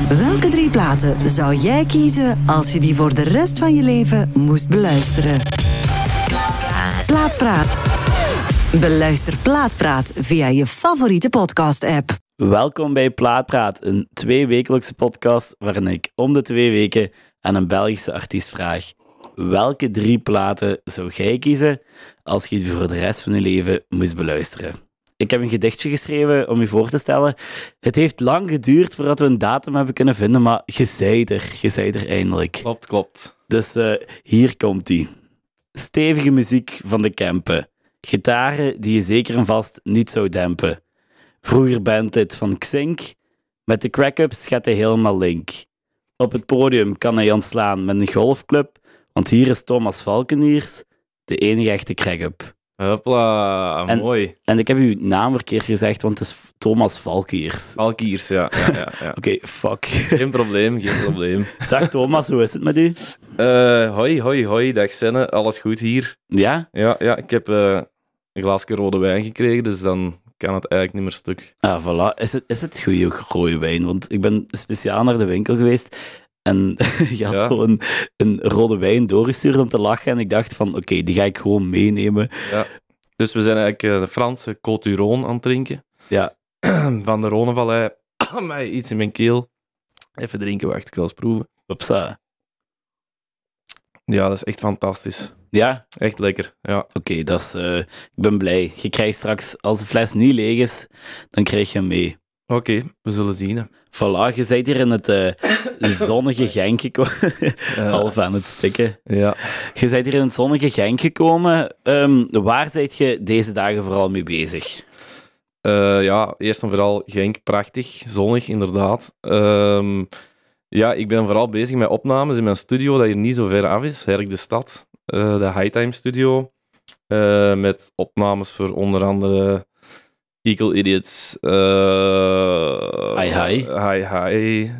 Welke 3 platen zou jij kiezen als je die voor de rest van je leven moest beluisteren? Plaatpraat. Beluister Plaatpraat via je favoriete podcast-app. Welkom bij Plaatpraat, een 2-wekelijkse podcast waarin ik om de 2 weken aan een Belgische artiest vraag: welke 3 platen zou jij kiezen als je die voor de rest van je leven moest beluisteren? Ik heb een gedichtje geschreven om je voor te stellen. Het heeft lang geduurd voordat we een datum hebben kunnen vinden, maar je zei er eindelijk. Klopt. Dus hier komt-ie. Stevige muziek van de Kempen. Gitaren die je zeker en vast niet zou dempen. Vroeger bandlid van Xink. Met de crack-ups gaat hij helemaal link. Op het podium kan hij ontslaan met een golfclub, want hier is Thomas Valkeniers, de enige echte crack-up. Hopla, mooi. En ik heb uw naam verkeerd gezegd, want het is Thomas Valkeniers. Valkiers, ja. Oké, fuck. Geen probleem. Dag Thomas, hoe is het met u? Hoi, dag Senne. Alles goed hier? Ja? Ja, ik heb een glaasje rode wijn gekregen, dus dan kan het eigenlijk niet meer stuk. Ah, voilà. Is het goede rode wijn? Want ik ben speciaal naar de winkel geweest en je had zo een rode wijn doorgestuurd om te lachen en ik dacht van, oké, die ga ik gewoon meenemen. Ja. Dus we zijn eigenlijk de Franse Côte d'Iron aan het drinken. Ja. Van de Rhônevallei. Mij iets in mijn keel. Even drinken, wacht, ik zal eens proeven. Hopsa. Ja, dat is echt fantastisch. Ja? Echt lekker, ja. Oké, dat is... ik ben blij. Je krijgt straks, als de fles niet leeg is, dan krijg je hem mee. Oké, we zullen zien. Hè. Voilà, je bent hier in het zonnige Genk gekomen. Half aan het stikken. Ja. Je bent hier in het zonnige Genk gekomen. Waar ben je deze dagen vooral mee bezig? Eerst en vooral Genk, prachtig, zonnig inderdaad. Ik ben vooral bezig met opnames in mijn studio, dat hier niet zo ver af is, Herk de Stad, de Hightime Studio, met opnames voor onder andere Eagle Idiots, Hi.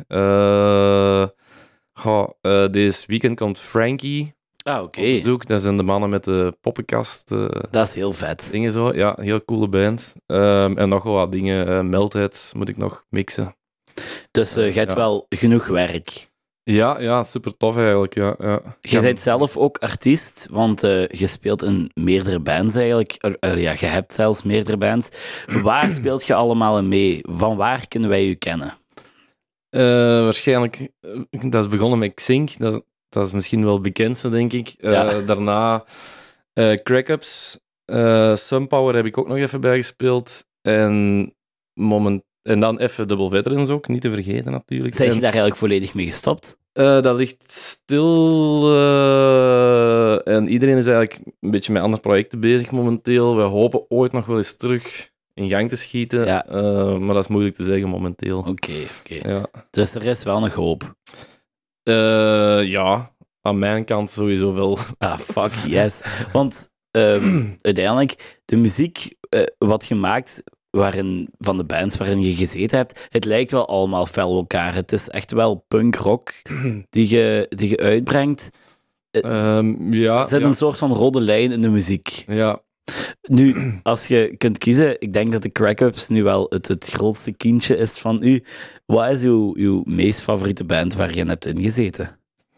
Deze weekend komt Frankie op bezoek. Dat zijn de mannen met de poppenkast. Dat is heel vet. Dingen zo, ja, heel coole band. En nog wel wat dingen, Meltheads moet ik nog mixen. Dus je hebt wel genoeg werk. Ja, super tof eigenlijk. Ja. Je bent zelf ook artiest, want je speelt in meerdere bands eigenlijk. Je hebt zelfs meerdere bands. Waar speelt je allemaal in mee? Van waar kunnen wij je kennen? Waarschijnlijk, dat is begonnen met Xink. Dat is misschien wel het bekendste, denk ik. Daarna Crack-Ups. Sunpower heb ik ook nog even bijgespeeld. En dan even Double Veterans ook, niet te vergeten natuurlijk. Zijn je daar eigenlijk volledig mee gestopt? Dat ligt stil en iedereen is eigenlijk een beetje met andere projecten bezig momenteel. We hopen ooit nog wel eens terug in gang te schieten, maar dat is moeilijk te zeggen momenteel. Oké. Ja. Dus er is wel nog hoop? Aan mijn kant sowieso wel. Ah, fuck, yes. Want uiteindelijk, de muziek wat je maakt... van de bands waarin je gezeten hebt, het lijkt wel allemaal fel op elkaar. Het is echt wel punk-rock die je uitbrengt. Er zit een soort van rode lijn in de muziek. Ja. Nu, als je kunt kiezen, ik denk dat de Crack-Ups nu wel het grootste kindje is van u. Wat is uw meest favoriete band waar je in hebt ingezeten?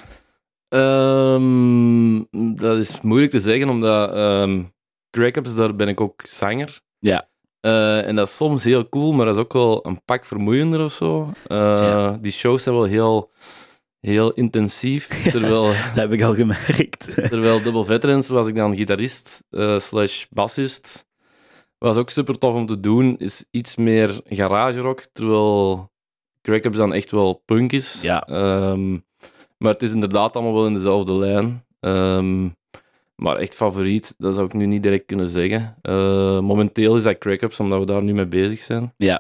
Dat is moeilijk te zeggen, omdat Crack-Ups, daar ben ik ook zanger. Ja. En dat is soms heel cool, maar dat is ook wel een pak vermoeiender of zo. Die shows zijn wel heel intensief. Terwijl, dat heb ik al gemerkt. Terwijl Double Veterans was ik dan gitarist / bassist. Was ook super tof om te doen. Is iets meer garage rock, terwijl Crack-Ups dan echt wel punk is. Ja. Maar het is inderdaad allemaal wel in dezelfde lijn. Maar echt favoriet, dat zou ik nu niet direct kunnen zeggen. Momenteel is dat Crack-Ups, omdat we daar nu mee bezig zijn. Ja.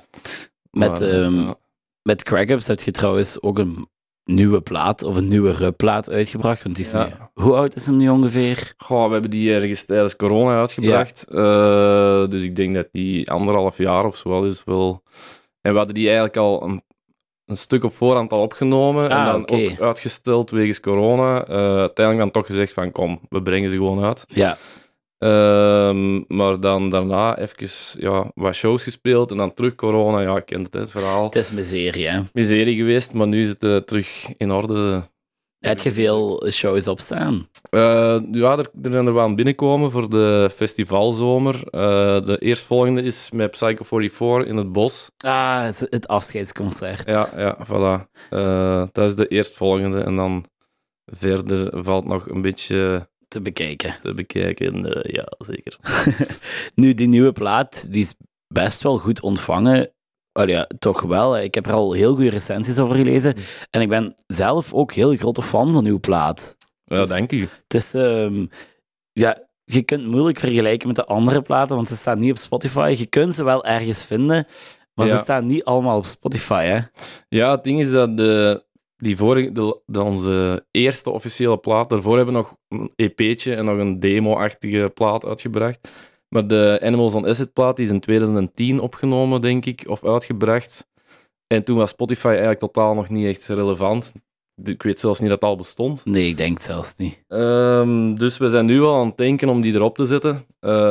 Met Crack-Ups heb je trouwens ook een nieuwe plaat, of een nieuwe plaat uitgebracht. Want die is hoe oud is hem nu ongeveer? We hebben die ergens tijdens corona uitgebracht. Dus ik denk dat die 1,5 jaar of zo al is wel. En we hadden die eigenlijk al een stuk op voorhand al opgenomen en dan ook uitgesteld wegens corona. Uiteindelijk dan toch gezegd van kom, we brengen ze gewoon uit. Ja. Maar dan daarna even wat shows gespeeld en dan terug corona. Ja, ik ken het verhaal. Het is miserie, hè? Miserie geweest, maar nu is het terug in orde. Heb je veel shows opstaan? Er zijn er wel aan binnenkomen voor de festivalzomer. De eerstvolgende is met Psycho 44 in het bos. Ah, het afscheidsconcert. Ja, voilà. Dat is de eerstvolgende. En dan verder valt nog een beetje te bekijken. Ja, zeker. Nu, die nieuwe plaat, die is best wel goed ontvangen. Ja, toch wel. Ik heb er al heel goede recensies over gelezen. En ik ben zelf ook heel grote fan van uw plaat. Ja, dus, dank u. Het is... je kunt het moeilijk vergelijken met de andere platen, want ze staan niet op Spotify. Je kunt ze wel ergens vinden, maar ze staan niet allemaal op Spotify, hè? Ja, het ding is dat onze eerste officiële plaat, daarvoor hebben we nog een EP'tje en nog een demo-achtige plaat uitgebracht. Maar de Animals on Acid plaat die is in 2010 opgenomen, denk ik, of uitgebracht. En toen was Spotify eigenlijk totaal nog niet echt relevant. Ik weet zelfs niet dat het al bestond. Nee, ik denk het zelfs niet. Dus we zijn nu al aan het denken om die erop te zetten.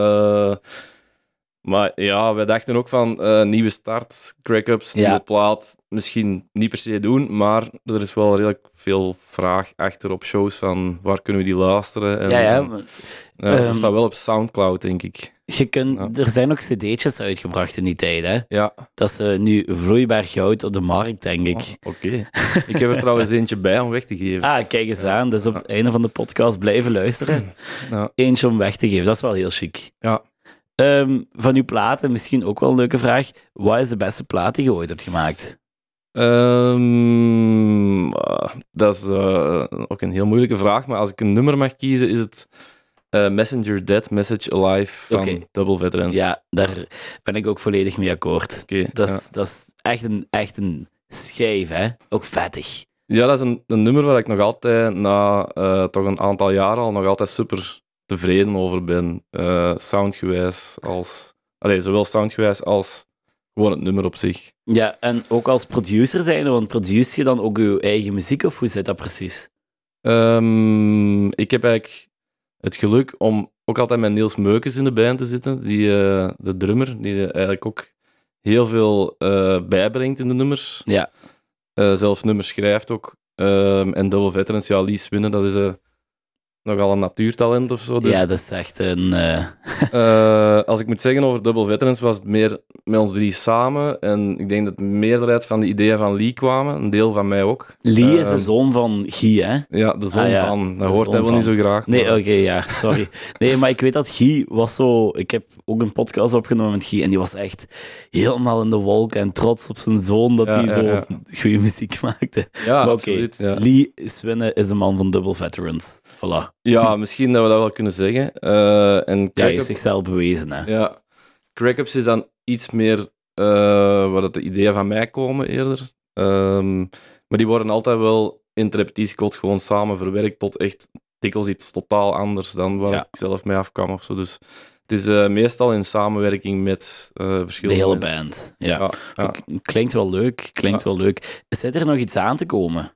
Maar ja, wij dachten ook van nieuwe start, crack-ups, nieuwe plaat. Misschien niet per se doen, maar er is wel redelijk veel vraag achter op shows van waar kunnen we die luisteren. En, het staat wel op Soundcloud, denk ik. Er zijn ook cd'tjes uitgebracht in die tijd, hè? Ja. Dat is nu vloeibaar goud op de markt, denk ik. Oké. Ik heb er trouwens eentje bij om weg te geven. Ah, kijk eens aan. Dus op het einde van de podcast blijven luisteren. Eentje om weg te geven, dat is wel heel chic. Ja. Van uw platen, misschien ook wel een leuke vraag. Wat is de beste plaat die je ooit hebt gemaakt? Dat is ook een heel moeilijke vraag, maar als ik een nummer mag kiezen, is het Messenger Dead, Message Alive van Double Veterans. Ja, daar ben ik ook volledig mee akkoord. Okay, dat is echt een schijf, hè? Ook vettig. Ja, dat is een nummer waar ik nog altijd, na toch een aantal jaren al, nog altijd super tevreden over ben. Soundgewijs zowel soundgewijs als gewoon het nummer op zich. Ja, en ook als producer zijn, want produce je dan ook je eigen muziek, of hoe zit dat precies? Ik heb eigenlijk het geluk om ook altijd met Niels Meukes in de band te zitten, de drummer, die eigenlijk ook heel veel bijbrengt in de nummers. Ja. Zelfs nummers schrijft ook. En Double Veterans, Lies Winnen, dat is nogal een natuurtalent of zo. Dus, ja, dat is echt een... als ik moet zeggen over Double Veterans, was het meer met ons drie samen. En ik denk dat de meerderheid van de ideeën van Lee kwamen. Een deel van mij ook. Lee is de zoon van Guy, hè? Ja, de zoon van. Dat hoort hij wel niet zo graag. Maar... Nee, oké, sorry. Nee, maar ik weet dat Guy was zo... Ik heb ook een podcast opgenomen met Guy en die was echt helemaal in de wolken en trots op zijn zoon dat hij zo goede muziek maakte. Ja, maar absoluut. Ja. Lee Swinnen is een man van Double Veterans. Voilà. Ja, misschien dat we dat wel kunnen zeggen. En hij heeft zichzelf bewezen, hè. Ja. Crack-ups is dan iets meer waar de ideeën van mij komen eerder. Maar die worden altijd wel in het repetitiecoach gewoon samen verwerkt tot echt dikwijls iets totaal anders dan waar ik zelf mee afkwam of zo. Dus het is meestal in samenwerking met verschillende de hele mensen. band. Ja. Klinkt wel leuk. Zit er nog iets aan te komen?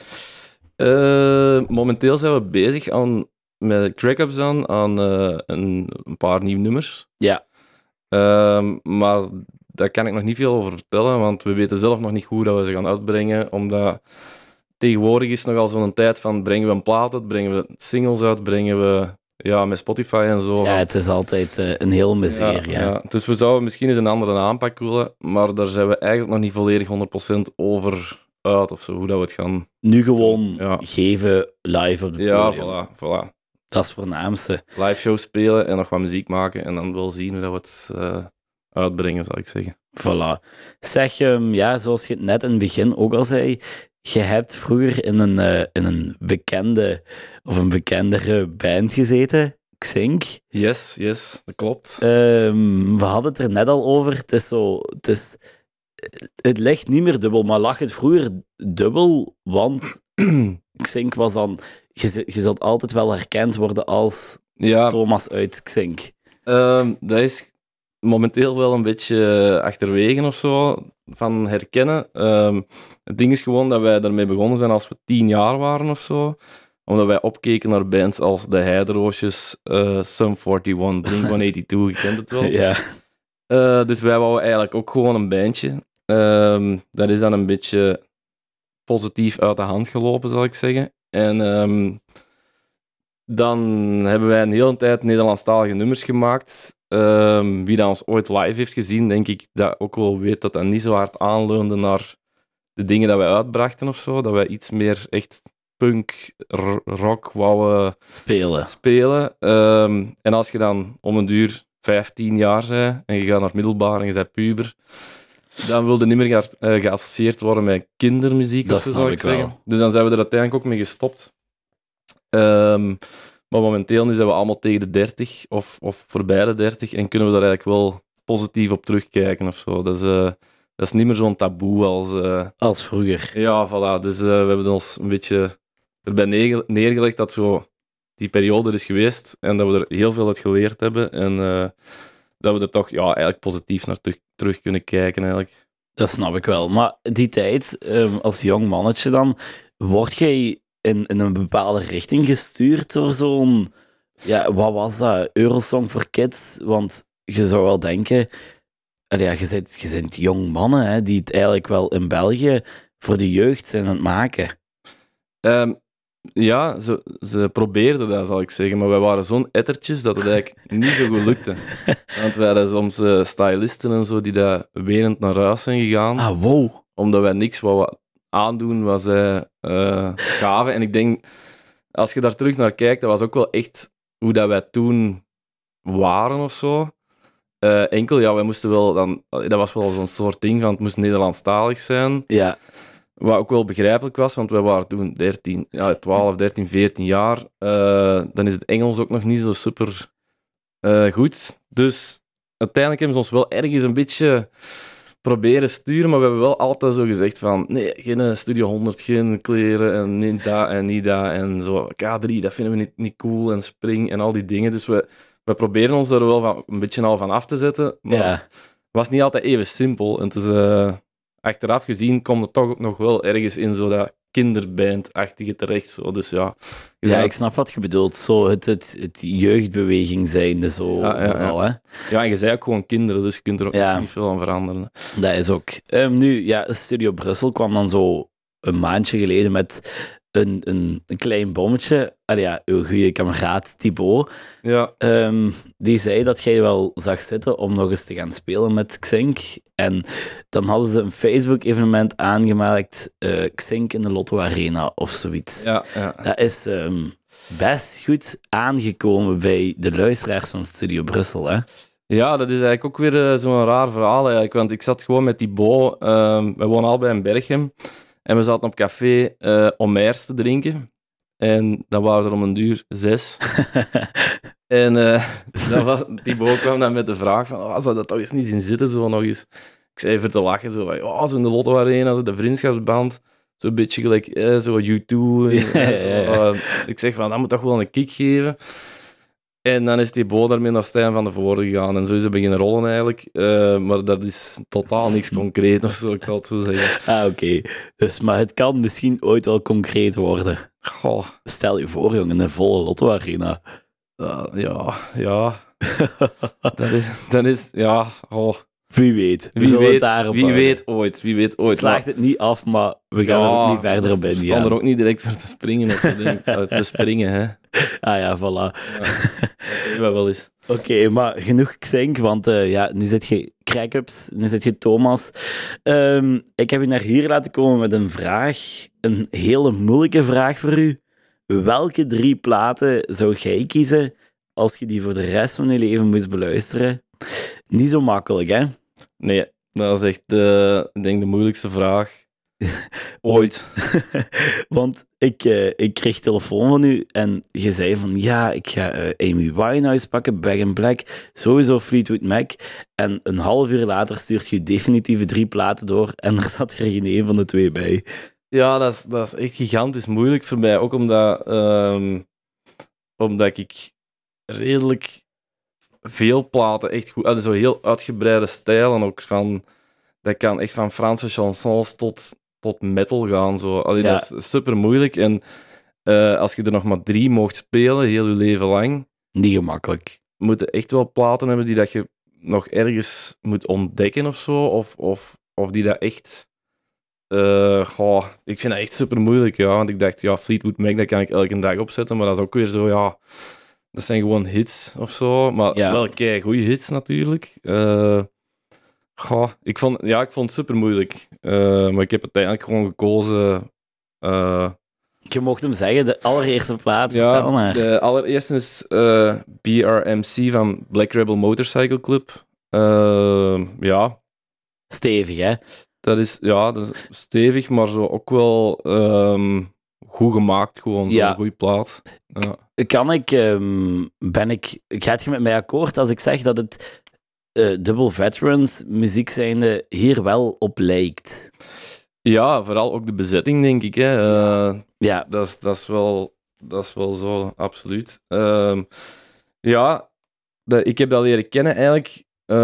Momenteel zijn we bezig met crack-ups aan een paar nieuwe nummers. Ja. Maar daar kan ik nog niet veel over vertellen, want we weten zelf nog niet hoe dat we ze gaan uitbrengen, omdat tegenwoordig is nogal zo'n tijd van brengen we een plaat uit, brengen we singles uit, brengen we met Spotify en zo. Ja, het is altijd een heel miserie. Ja. Dus we zouden misschien eens een andere aanpak willen, maar daar zijn we eigenlijk nog niet volledig 100% over uit of zo, hoe dat we het gaan nu gewoon geven live op de podium. Ja, voilà. Dat is het voornaamste. Live show spelen en nog wat muziek maken en dan wel zien hoe dat we het uitbrengen, zou ik zeggen. Voilà. Zeg, zoals je het net in het begin ook al zei, je hebt vroeger in een bekende of een bekendere band gezeten, Xink. Yes, dat klopt. We hadden het er net al over. Het ligt niet meer dubbel, maar lag het vroeger dubbel, want Xink was dan... Je zult altijd wel herkend worden als Thomas uit Xink. Dat is momenteel wel een beetje achterwege of zo, van herkennen. Het ding is gewoon dat wij daarmee begonnen zijn als we 10 jaar waren of zo. Omdat wij opkeken naar bands als The Heideroosjes, Sum 41, Blink-182, je kent het wel. Ja. Dus wij wouden eigenlijk ook gewoon een bandje. Dat is dan een beetje positief uit de hand gelopen, zal ik zeggen. En dan hebben wij een hele tijd Nederlandstalige nummers gemaakt. Wie dat ons ooit live heeft gezien, denk ik dat ook wel weet dat dat niet zo hard aanleunde naar de dingen dat wij uitbrachten of zo. Dat wij iets meer echt punk, rock wouden spelen. En als je dan om een duur 15 jaar bent en je gaat naar het middelbaar en je bent puber, dan wilde niet meer geassocieerd worden met kindermuziek. Dat of zo, snap zou ik zeggen. wel. Dus dan zijn we er uiteindelijk ook mee gestopt. Maar momenteel nu zijn we allemaal tegen de 30 of voorbij de 30 en kunnen we daar eigenlijk wel positief op terugkijken of zo. Dat is niet meer zo'n taboe als vroeger. Ja, voilà. Dus we hebben ons een beetje erbij neergelegd dat zo die periode er is geweest en dat we er heel veel uit geleerd hebben en dat we er toch eigenlijk positief naar terug kunnen kijken eigenlijk. Dat snap ik wel. Maar die tijd, als jong mannetje dan, word jij in een bepaalde richting gestuurd door zo'n... Ja, wat was dat? Eurosong for Kids? Want je zou wel denken... je bent jong mannen, hè, die het eigenlijk wel in België voor de jeugd zijn aan het maken. Ja, ze probeerden dat, zal ik zeggen. Maar wij waren zo'n ettertjes dat het eigenlijk niet zo goed lukte. Want wij hadden soms stylisten en zo die daar wenend naar huis zijn gegaan. Ah, wow. Omdat wij niks wouden aandoen wat zij gaven. En ik denk, als je daar terug naar kijkt, dat was ook wel echt hoe dat wij toen waren of zo. Enkel, wij moesten wel dan... Dat was wel zo'n soort ding van het moest Nederlandstalig zijn. Ja. Wat ook wel begrijpelijk was, want wij waren toen 12, 13, 14 jaar. Dan is het Engels ook nog niet zo super goed. Dus uiteindelijk hebben ze ons wel ergens een beetje proberen sturen, maar we hebben wel altijd zo gezegd van nee, geen Studio 100, geen kleren en niet dat en niet dat en zo. K3, dat vinden we niet cool en Spring en al die dingen. Dus we proberen ons er wel een beetje al van af te zetten, maar het was niet altijd even simpel. En het is... achteraf gezien komt het toch ook nog wel ergens in zo dat kinderband-achtige terecht. Zo. Dus ja, ik snap wat je bedoelt. Zo het jeugdbeweging zijnde zo overal. Hè? Ja, en je zei ook gewoon kinderen, dus je kunt er ook niet veel aan veranderen. Dat is ook. Studio Brussel kwam dan zo een maandje geleden met een klein bommetje. Uw goede kameraad Thibaut. Ja. Die zei dat jij wel zag zitten om nog eens te gaan spelen met Xink. En dan hadden ze een Facebook-evenement aangemaakt. Xink in de Lotto Arena of zoiets. Ja. Dat is best goed aangekomen bij de luisteraars van Studio Brussel, hè? Ja, dat is eigenlijk ook weer zo'n raar verhaal eigenlijk. Want ik zat gewoon met Thibaut. We wonen allebei in Berchem. En we zaten op café Omers te drinken. En dan waren er om een duur 6. En Thibaut kwam dan met de vraag van, zou dat toch eens niet zien zitten? Zo nog eens. Ik zei even te lachen, zo van, zo in de Lotto Arena, zo de vriendschapsband. Zo'n beetje gelijk, zo U2. Ik zeg van, dat moet toch wel een kick geven. En dan is Thibaut daarmee naar Stijn van de Voorde gegaan. En zo is het beginnen rollen eigenlijk. Maar dat is totaal niks concreet of zo, ik zal het zo zeggen. Oké. Dus, maar het kan misschien ooit wel concreet worden. Goh. Stel je voor, jongen, een volle Lotto-arena. Ja. dat is, oh. Wie weet. Wie weet ooit. Slaagt het niet af, maar we gaan er ook niet verder op in. We staan er ook niet direct voor te springen. Te springen, hè. Ah ja, voilà. Ja, wel eens. Oké, maar genoeg Xink, want nu zit je Crackups, nu zit je Thomas. Ik heb u naar hier laten komen met een vraag. Een hele moeilijke vraag voor u. Welke 3 platen zou jij kiezen als je die voor de rest van je leven moest beluisteren? Niet zo makkelijk, hè? Nee, dat is echt, ik denk, de moeilijkste vraag ooit. Want ik kreeg telefoon van u en je zei van ja, ik ga Amy Winehouse pakken, Back in Black, sowieso Fleetwood Mac. En een half uur later stuurt je definitieve 3 platen door en er zat er geen één van de 2 bij. Ja, dat is echt gigantisch moeilijk voor mij. Ook omdat ik redelijk veel platen echt goed... zo heel uitgebreide stijlen ook van... Dat kan echt van Franse chansons tot metal gaan. Zo. Dat is super moeilijk. En Als je er nog maar 3 mocht spelen, heel je leven lang, Niet gemakkelijk. moet je echt wel platen hebben die dat je nog ergens moet ontdekken of zo. Of die dat echt... ik vind dat echt super moeilijk, ja. Want ik dacht, Fleetwood Mac, dat kan ik elke dag opzetten. Maar dat is ook weer zo, ja... Dat zijn gewoon hits of zo. Maar wel kei goede hits natuurlijk. Ik vond het super moeilijk. Maar ik heb uiteindelijk gewoon gekozen... Je mocht hem zeggen, de allereerste plaat, vertel maar. De allereerste is BRMC van Black Rebel Motorcycle Club. Stevig, hè? Dat is stevig, maar zo ook wel goed gemaakt, gewoon zo'n goede plaat. Ja. Gaat je met mij akkoord als ik zeg dat het Double Veterans muziek zijnde hier wel op lijkt? Ja, vooral ook de bezetting, denk ik. Hè. Ja. Dat is wel zo, absoluut. Ik heb dat leren kennen eigenlijk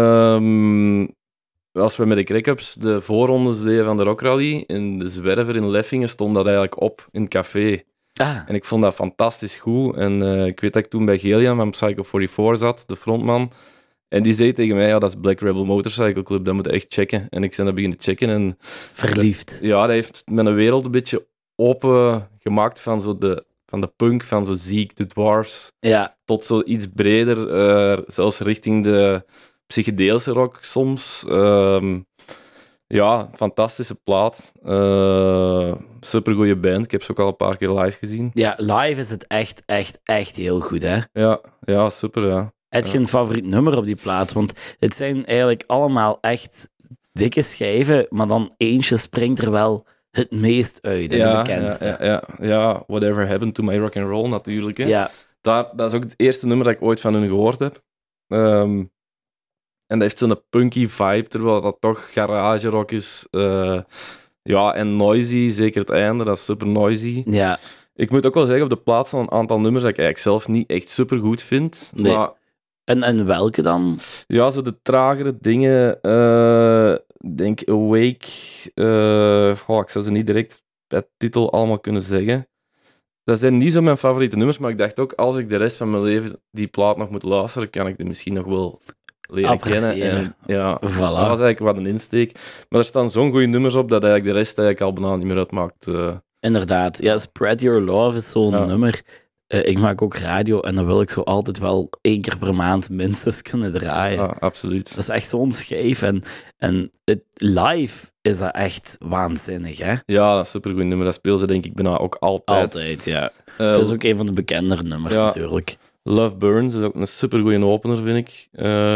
als we met de Crack-Ups de voorrondes deden van de Rock Rally. In de Zwerver in Leffingen stond dat eigenlijk op in het café. En ik vond dat fantastisch goed. En ik weet dat ik toen bij Gelian van Psycho 44 zat, de frontman. En die zei tegen mij, dat is Black Rebel Motorcycle Club, dat moet je echt checken. En ik ben dat beginnen checken. En verliefd. Dat heeft mijn wereld een beetje open gemaakt van de punk, van zo Zeke, de Dwarfs, tot zo iets breder, zelfs richting de psychedeelse rock soms. Fantastische plaat. Supergoeie band. Ik heb ze ook al een paar keer live gezien. Ja, live is het echt heel goed, hè? Ja, super, ja. Heb je een favoriet nummer op die plaat? Want het zijn eigenlijk allemaal echt dikke schijven, maar dan eentje springt er wel het meest uit, de bekendste. Ja, Whatever Happened to My Rock and Roll natuurlijk. Hè. Ja. Dat is ook het eerste nummer dat ik ooit van hun gehoord heb. En dat heeft zo'n punky vibe, terwijl dat toch garage rock is. En noisy, zeker het einde, dat is super noisy. Ja. Ik moet ook wel zeggen, op de plaats van een aantal nummers dat ik eigenlijk zelf niet echt super goed vind. Nee. Maar... En welke dan? Ja, zo de tragere dingen. Denk Awake. Ik zou ze niet direct bij titel allemaal kunnen zeggen. Dat zijn niet zo mijn favoriete nummers, maar ik dacht ook, als ik de rest van mijn leven die plaat nog moet luisteren, kan ik die misschien nog wel leren kennen. En, voilà. Dat was eigenlijk wat een insteek. Maar er staan zo'n goede nummers op dat eigenlijk de rest eigenlijk al bijna niet meer uitmaakt. Inderdaad. Ja, Spread Your Love is zo'n nummer. Ik maak ook radio en dan wil ik zo altijd wel 1 keer per maand minstens kunnen draaien. Ja, absoluut. Dat is echt zo'n schijf. En het live is dat echt waanzinnig, hè? Ja, dat is een supergoed nummer. Dat spelen ze denk ik bijna ook altijd. Altijd, ja. Het is ook een van de bekendere nummers natuurlijk. Love Burns is ook een supergoeie opener, vind ik.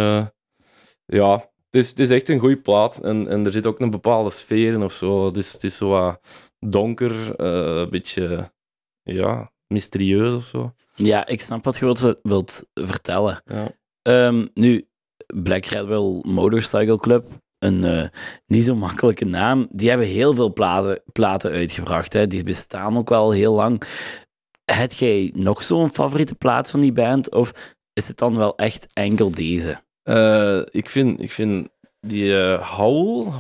Het is echt een goede plaat. En er zit ook een bepaalde sfeer in of zo. Het is zo wat donker, een beetje... mysterieus of zo. Ja, ik snap wat je wilt vertellen. Ja. Nu, Black Rebel Motorcycle Club, een niet zo makkelijke naam. Die hebben heel veel platen uitgebracht. Hè. Die bestaan ook wel heel lang. Heb jij nog zo'n favoriete plaat van die band? Of is het dan wel echt enkel deze? Ik vind die Howl.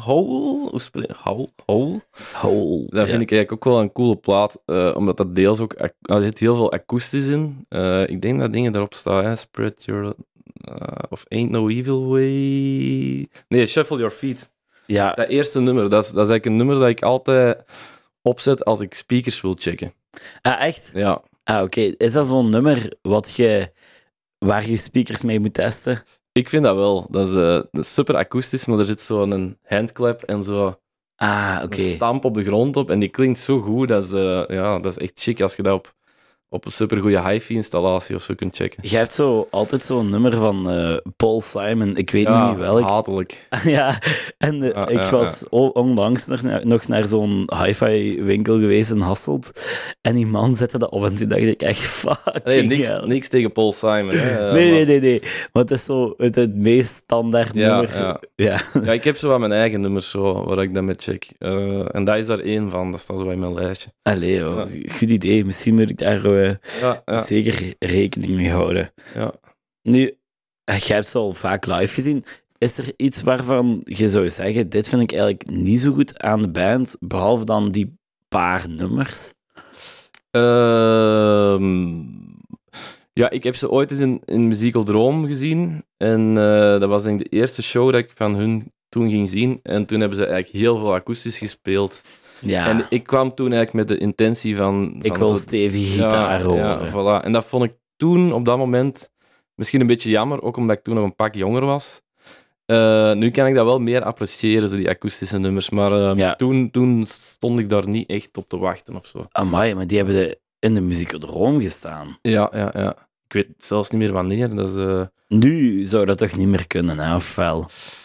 Dat vind ik eigenlijk ook wel een coole plaat, omdat dat deels ook... Er zit heel veel akoestisch in. Ik denk dat dingen daarop staan, hè. Spread Your... of Ain't No Evil Way... Nee, Shuffle Your Feet. Ja. Dat eerste nummer, dat is eigenlijk een nummer dat ik altijd opzet als ik speakers wil checken. Ah, echt? Ja. Ah, oké. Is dat zo'n nummer waar je speakers mee moet testen? Ik vind dat wel. Dat is super akoestisch, maar er zit zo'n handclap en zo een stamp op de grond op. En die klinkt zo goed. Dat is echt chic als je dat op een supergoeie hi-fi installatie of zo kunt checken. Je hebt altijd zo'n nummer van Paul Simon. Ik weet niet welk. Hatelijk. Ja, en ik was onlangs nog naar zo'n hi-fi winkel geweest in Hasselt. En die man zette dat op en toen dacht ik echt, fuck. Niks tegen Paul Simon. Hè, nee. Maar het is zo het meest standaard nummer. Ja, ik heb zo aan mijn eigen nummers zo, waar ik dat mee check. En dat is daar 1 van. Dat staat zo in mijn lijstje. Allee, goed idee. Misschien moet ik daar zeker rekening mee houden. Ja. Nu, je hebt ze al vaak live gezien. Is er iets waarvan je zou zeggen, dit vind ik eigenlijk niet zo goed aan de band, behalve dan die paar nummers? Ja, ik heb ze ooit eens in Musical Droom gezien. En dat was denk ik de eerste show dat ik van hun toen ging zien. En toen hebben ze eigenlijk heel veel akoestisch gespeeld. Ja, En ik kwam toen eigenlijk met de intentie van ik wil zo- stevige gitaar horen. Ja, voilà. En dat vond ik toen, op dat moment, misschien een beetje jammer. Ook omdat ik toen nog een pak jonger was. Nu kan ik dat wel meer appreciëren, zo die akoestische nummers. Maar Ja. toen stond ik daar niet echt op te wachten of zo. Amai, maar die hebben in de Musicodroom gestaan. Ja. Ik weet zelfs niet meer wanneer. Dat is, Nu zou dat toch niet meer kunnen, hè? Of wel?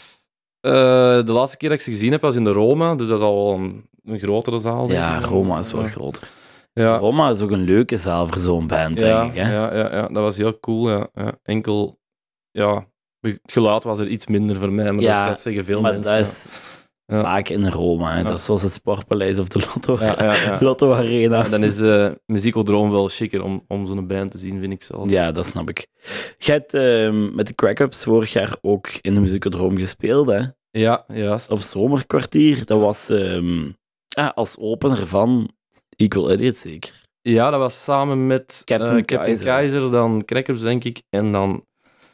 de laatste keer dat ik ze gezien heb was in de Roma. Dus dat is al wel een grotere zaal. denk Ja, ik. Roma is wel groter. Ja. Roma is ook een leuke zaal voor zo'n band, denk ik. Hè? Ja, dat was heel cool. Ja. Enkel, ja, het geluid was er iets minder voor mij, maar Ja, dat zeggen veel maar mensen. dat is Ja. vaak in Roma. Hè? Ja. Dat is zoals het Sportpaleis of de Lotto, Ja. Lotto Arena. En dan is Musicodroom wel chiquer om zo'n band te zien, vind ik zelf. Ja, dat snap ik. Jij hebt met de Crack-Ups vorig jaar ook in de Musicodroom gespeeld, hè? Ja, juist. Op Zomerkwartier. Dat was als opener van Equal Idiots, zeker. Ja, dat was samen met Captain Captain Kaiser. Kaiser, dan Crack-Ups, denk ik. En dan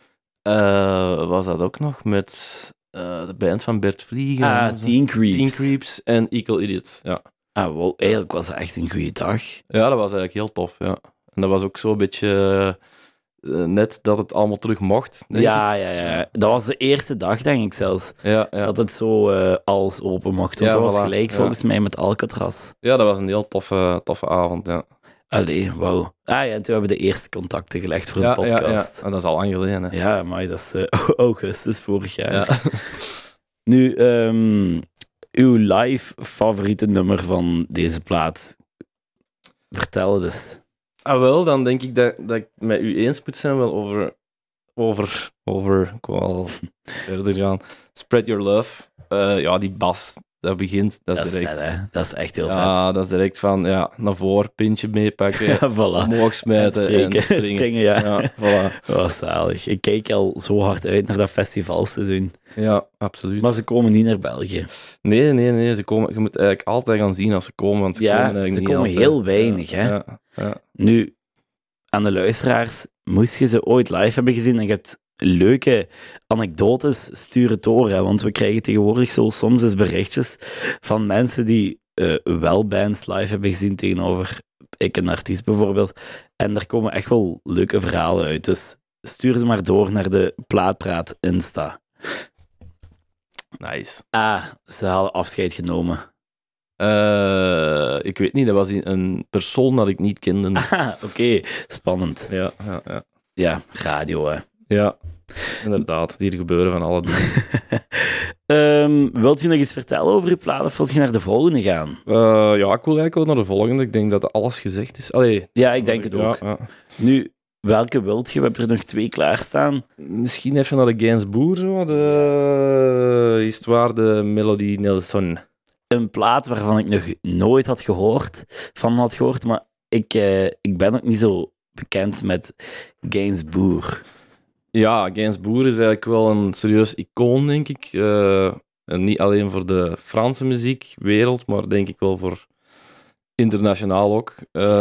was dat ook nog met de band van Bert Vliegen. Teen Creeps. Teen Creeps en Equal Idiots. Ja. Wel, eigenlijk was het echt een goede dag. Ja, dat was eigenlijk heel tof, ja. En dat was ook zo'n beetje net dat het allemaal terug mocht, denk ik. Ja. Dat was de eerste dag, denk ik zelfs. Ja. Dat het zo alles open mocht. Want Ja, dat was voilà. gelijk Ja. volgens mij met Alcatraz. Ja, dat was een heel toffe avond, ja. Allee, wauw. Ja, en toen hebben we de eerste contacten gelegd voor de podcast. Ja. En dat is al lang geleden, hè. Ja, maar dat is augustus vorig jaar. Ja. Nu, uw live favoriete nummer van deze plaat. Vertel het eens. Wel, dan denk ik dat ik met u eens moet zijn wel over ik wil al verder gaan. Spread Your Love. Ja, die bas, dat begint, dat Dat is is direct... vet, hè? Dat is echt heel Ja, dat is direct van, naar voren, pintje meepakken, vet. Ja, voilà. omhoog smijten en springen. Springen, ja. Ja, voilà. Oh, zalig. Ik kijk al zo hard uit naar dat festivalseizoen. Ja, absoluut. Maar ze komen niet naar België. Nee, je moet eigenlijk altijd gaan zien als ze komen, want ze Ja, komen eigenlijk ze niet komen altijd. heel weinig, hè. Ja. Nu, aan de luisteraars, moest je ze ooit live hebben gezien en je hebt leuke anekdotes, stuur het door. Hè, want we krijgen tegenwoordig zo soms eens berichtjes van mensen die wel bands live hebben gezien tegenover ik, een artiest bijvoorbeeld. En daar komen echt wel leuke verhalen uit. Dus stuur ze maar door naar de Plaatpraat Insta. Nice. Ze hadden afscheid genomen. Ik weet niet, dat was een persoon dat ik niet kende. Oké, spannend. Ja. Ja, radio, hè. Ja, inderdaad. Hier gebeuren van alle dingen. Wilt je nog eens vertellen over je plaat of wilt je naar de volgende gaan? Ja, ik wil eigenlijk wel naar de volgende. Ik denk dat alles gezegd is. Allee, Ja, ik denk het ook. Ja. Nu, welke wilt je? We hebben er nog 2 klaarstaan. Misschien even naar de Gainsbourg, zo. De Histoire de Melody Nelson. Een plaat waarvan ik nog nooit had gehoord, maar ik ben ook niet zo bekend met Gainsbourg. Ja, Gainsbourg is eigenlijk wel een serieus icoon, denk ik. En niet alleen voor de Franse muziekwereld, maar denk ik wel voor internationaal ook.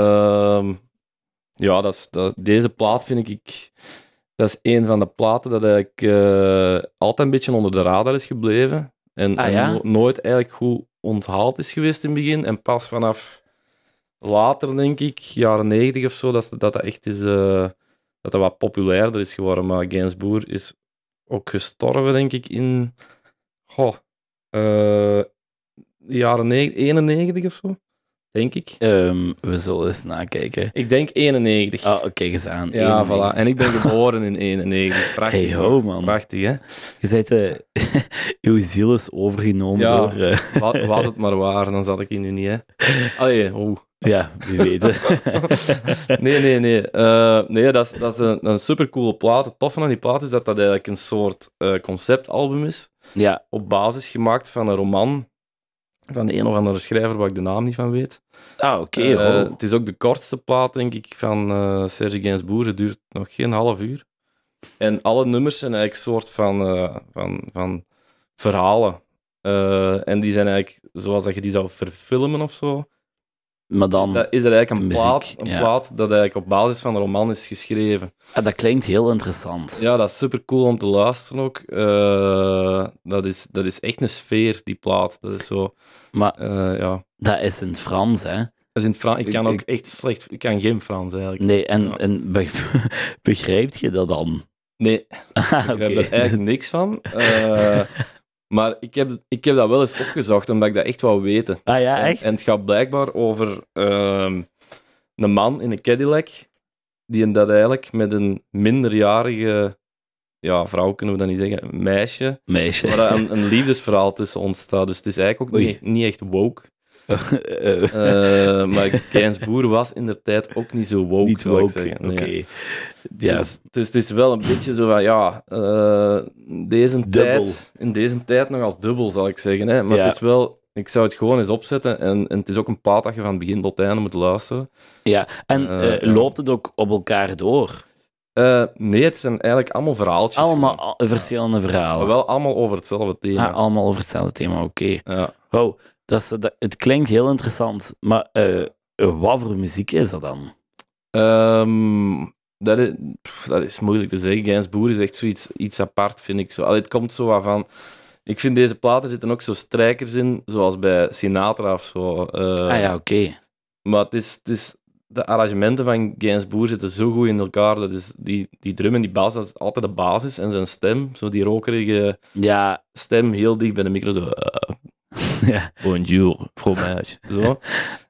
Ja, deze plaat vind ik... Dat is een van de platen dat eigenlijk altijd een beetje onder de radar is gebleven. En nooit eigenlijk goed onthaald is geweest in het begin. En pas vanaf later, denk ik, jaren 90 of zo, dat echt is... dat wat populairder is geworden. Maar Gainsbourg is ook gestorven, denk ik, in... jaren 91 of zo. Denk ik. We zullen eens nakijken. Ik denk 91. Kijk eens aan. Ja, 91. voilà. En ik ben geboren in 91. Prachtig. Hey ho, man. Prachtig, hè? Je bent, uw ziel is overgenomen Ja. door... Was het maar waar, dan zat ik hier nu niet, hè? Allee, Ja, wie weet het. Nee. Nee, dat is een supercoole plaat. Het toffe aan die plaat is dat eigenlijk een soort conceptalbum is. Ja. Op basis gemaakt van een roman van de een of andere schrijver waar ik de naam niet van weet. Oké. Het is ook de kortste plaat, denk ik, van Serge Gainsbourg. Het duurt nog geen half uur. En alle nummers zijn eigenlijk een soort van verhalen. En die zijn eigenlijk, zoals dat je die zou verfilmen of zo, Maar dan is er eigenlijk een muziek, plaat dat eigenlijk op basis van een roman is geschreven. Dat klinkt heel interessant. Ja, dat is super cool om te luisteren ook. Dat is echt een sfeer, die plaat. Dat is zo... Maar ja. dat is in het Frans, hè? Dat is in het Frans. Ik kan ook echt slecht... Ik kan geen Frans, eigenlijk. Nee, en begrijpt je dat dan? Nee, ik begrijp er eigenlijk niks van. Maar ik heb dat wel eens opgezocht, omdat ik dat echt wou weten. Ah ja, echt? En het gaat blijkbaar over een man in een Cadillac, die dat eigenlijk met een minderjarige vrouw, kunnen we dat niet zeggen, een meisje, waar een liefdesverhaal tussen ontstaat. Dus het is eigenlijk ook niet echt woke. Maar Gainsbourg was in der tijd ook niet zo woke, niet zou woke. ik zeggen. Nee. Okay. Ja. Dus het is wel een beetje zo van, in deze tijd nogal dubbel, zal ik zeggen. Hè. Maar het is wel, ik zou het gewoon eens opzetten en het is ook een plaat dat je van begin tot einde moet luisteren. Ja, en loopt het ook op elkaar door? Nee, het zijn eigenlijk allemaal verhaaltjes. Allemaal verschillende verhalen. Maar wel allemaal over hetzelfde thema. Allemaal over hetzelfde thema, oké. Ja. Wow, het klinkt heel interessant, maar wat voor muziek is dat dan? Dat is moeilijk te zeggen. Gainsbourg is echt zoiets iets apart, vind ik. Het komt zo wat van... Ik vind deze platen zitten ook zo strijkers in, zoals bij Sinatra of zo. Oké. Maar het is... De arrangementen van Gainsbourg zitten zo goed in elkaar. Dat is die drum en die bass, dat is altijd de basis. En zijn stem, zo die rokerige stem, heel dicht bij de micro. Zo... Bonjour, fromage. Zo.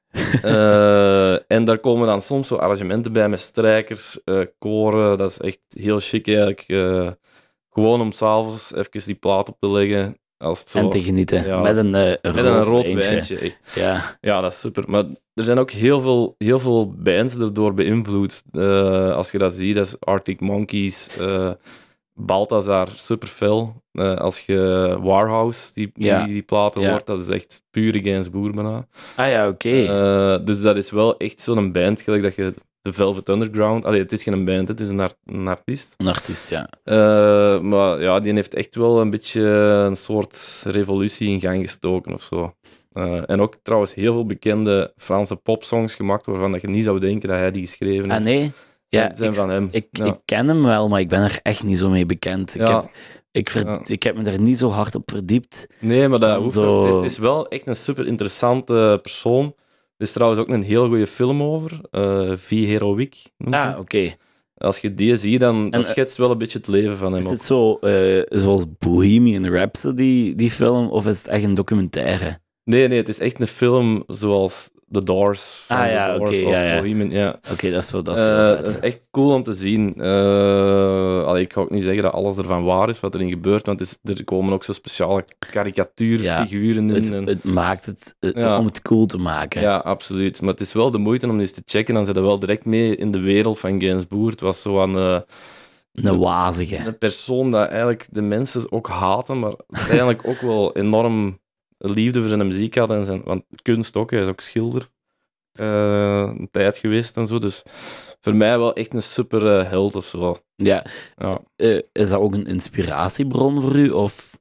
En daar komen dan soms zo arrangementen bij met strijkers, koren. Dat is echt heel chic eigenlijk. Gewoon om s'avonds even die plaat op te leggen. Als het zo, en te genieten. Met een rood wijntje. Echt. Ja, dat is super. Maar er zijn ook heel veel bands erdoor beïnvloed. Als je dat ziet, dat is Arctic Monkeys, Balthazar, super fel. Als je Warhouse, die platen hoort, dat is echt pure Gainsbourg bijna. Oké. Dus dat is wel echt zo'n band, gelijk dat je de Velvet Underground... het is geen band, het is een artiest. Een artiest, ja. Maar ja, die heeft echt wel een beetje een soort revolutie in gang gestoken of zo. En ook trouwens heel veel bekende Franse popsongs gemaakt, waarvan dat je niet zou denken dat hij die geschreven heeft. Nee? Ja, zijn van hem. Ik ken hem wel, maar ik ben er echt niet zo mee bekend. Ik heb me er niet zo hard op verdiept. Nee, maar dat hoeft ook. Het is wel echt een super interessante persoon. Er is trouwens ook een heel goede film over. Vie Heroïque. Oké. Als je die ziet, dan schetst wel een beetje het leven van hem. Is het zo zoals Bohemian Rhapsody, die film, of is het echt een documentaire? Nee, het is echt een film zoals The Doors. Bohemian, Oké, dat is wel heel vet. Echt cool om te zien. Ik ga ook niet zeggen dat alles ervan waar is wat erin gebeurt, want er komen ook zo speciale karikatuurfiguren in. Het maakt het om het cool te maken. Ja, absoluut. Maar het is wel de moeite om eens te checken. Dan zit je wel direct mee in de wereld van Gainsbourg. Het was zo aan... een wazige. Een persoon dat eigenlijk de mensen ook haten, maar uiteindelijk ook wel enorm liefde voor zijn muziek had. Want kunst ook, hij is ook schilder. Een tijd geweest en zo. Dus voor mij wel echt een super held of zo. Ja. Is dat ook een inspiratiebron voor u? Of?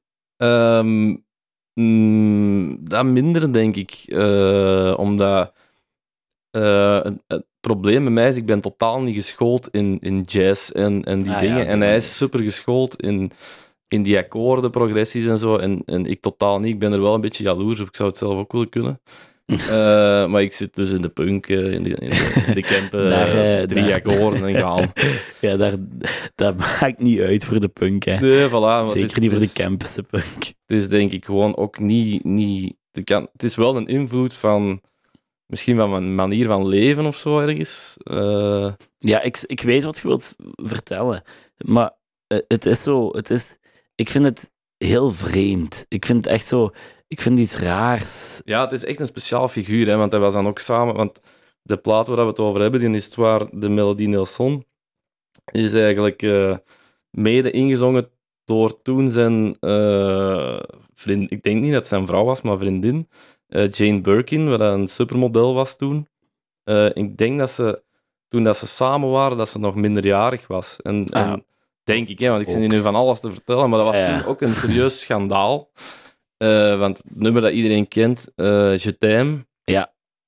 Dat minder, denk ik. Omdat het probleem bij mij is, ik ben totaal niet geschoold in jazz en die dingen. En hij is super geschoold in die akkoorden, progressies en zo. En ik totaal niet. Ik ben er wel een beetje jaloers op. Ik zou het zelf ook willen kunnen. Maar ik zit dus in de punk, in de campen, 3 akkoorden en gaan. Ja, dat maakt niet uit voor de punk, hè. Nee, voilà. Zeker niet voor de campse punk. Het is denk ik gewoon ook niet het is wel een invloed van... Misschien van mijn manier van leven of zo ergens. Ja, ik weet wat je wilt vertellen. Maar het is zo... Ik vind het heel vreemd. Ik vind het echt zo... Ik vind iets raars. Ja, het is echt een speciaal figuur, hè, want hij was dan ook samen... Want de plaat waar we het over hebben, die Histoire de Melodie Nelson, is eigenlijk mede ingezongen door toen zijn vriend... Ik denk niet dat het zijn vrouw was, maar vriendin. Jane Birkin, wat een supermodel was toen. Ik denk dat toen ze samen waren, dat ze nog minderjarig was. En denk ik, hè, want ik zit hier nu van alles te vertellen, maar dat was toen ook een serieus schandaal. Want het nummer dat iedereen kent, Je t'aime. Ja.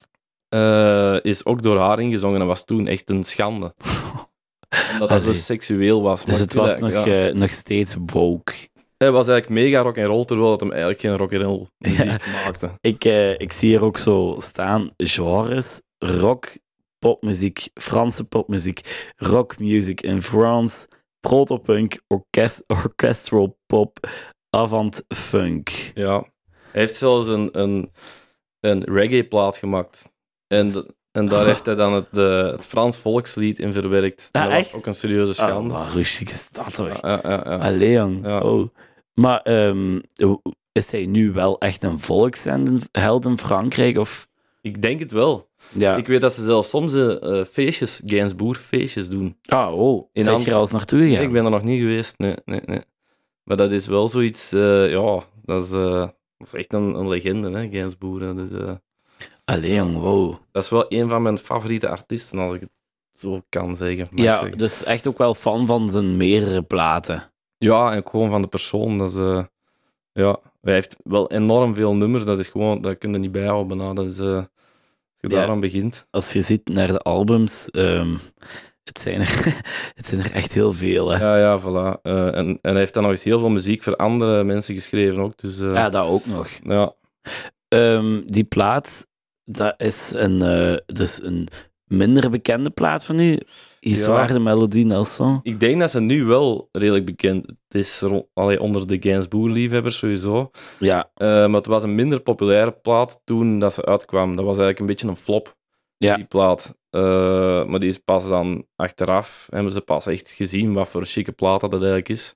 is ook door haar ingezongen en was toen echt een schande. Omdat dat zo Allee. seksueel was. Dus Maar het ik was vind nog, dat- nog steeds woke. Hij was eigenlijk mega rock'n'roll, terwijl dat hem eigenlijk geen rock'n'roll muziek maakte. Ik zie hier ook zo staan, genres, rock, popmuziek, Franse popmuziek, rockmuzic in France, protopunk, orchestral pop, avant-funk. Ja. Hij heeft zelfs een reggae-plaat gemaakt. En daar heeft hij dan het Frans volkslied in verwerkt. Ah, Dat was echt? ook een serieuze schande. Ah, rustige stad hoor. Ja. Allee, jong. Ja. Oh. Maar is hij nu wel echt een volksheld in Frankrijk? Of? Ik denk het wel. Ja. Ik weet dat ze zelfs soms feestjes, Gainsbourg-feestjes doen. In In Zeg je er al eens naartoe gegaan? Ik ben er nog niet geweest, nee. Maar dat is wel zoiets, dat is echt een legende, hè, Gainsbourg. Hè. Dus, Allee, jong, wow. dat is wel een van mijn favoriete artiesten, als ik het zo kan zeggen. mag ik Ja, zeggen. dus echt ook wel fan van zijn meerdere platen. Ja, en gewoon van de persoon. Dat is, hij heeft wel enorm veel nummers, dat is gewoon, dat kun je niet bijhouden. Nou, dat is, als je Ja. daaraan begint. Als je ziet naar de albums, het zijn er echt heel veel. Hè. Ja, voilà. En hij heeft dan nog eens heel veel muziek voor andere mensen geschreven ook. Dus, Ja, dat ook nog. ja. Die plaat, dat is dus een minder bekende plaat van u. Histoire de Melodie Nelson. Ik denk dat ze nu wel redelijk bekend is onder de Gainsbourg-liefhebbers sowieso. Ja, Maar het was een minder populaire plaat toen dat ze uitkwam. Dat was eigenlijk een beetje een flop, Ja. die plaat. Maar die is pas dan achteraf. Hebben ze pas echt gezien wat voor een chique plaat dat het eigenlijk is.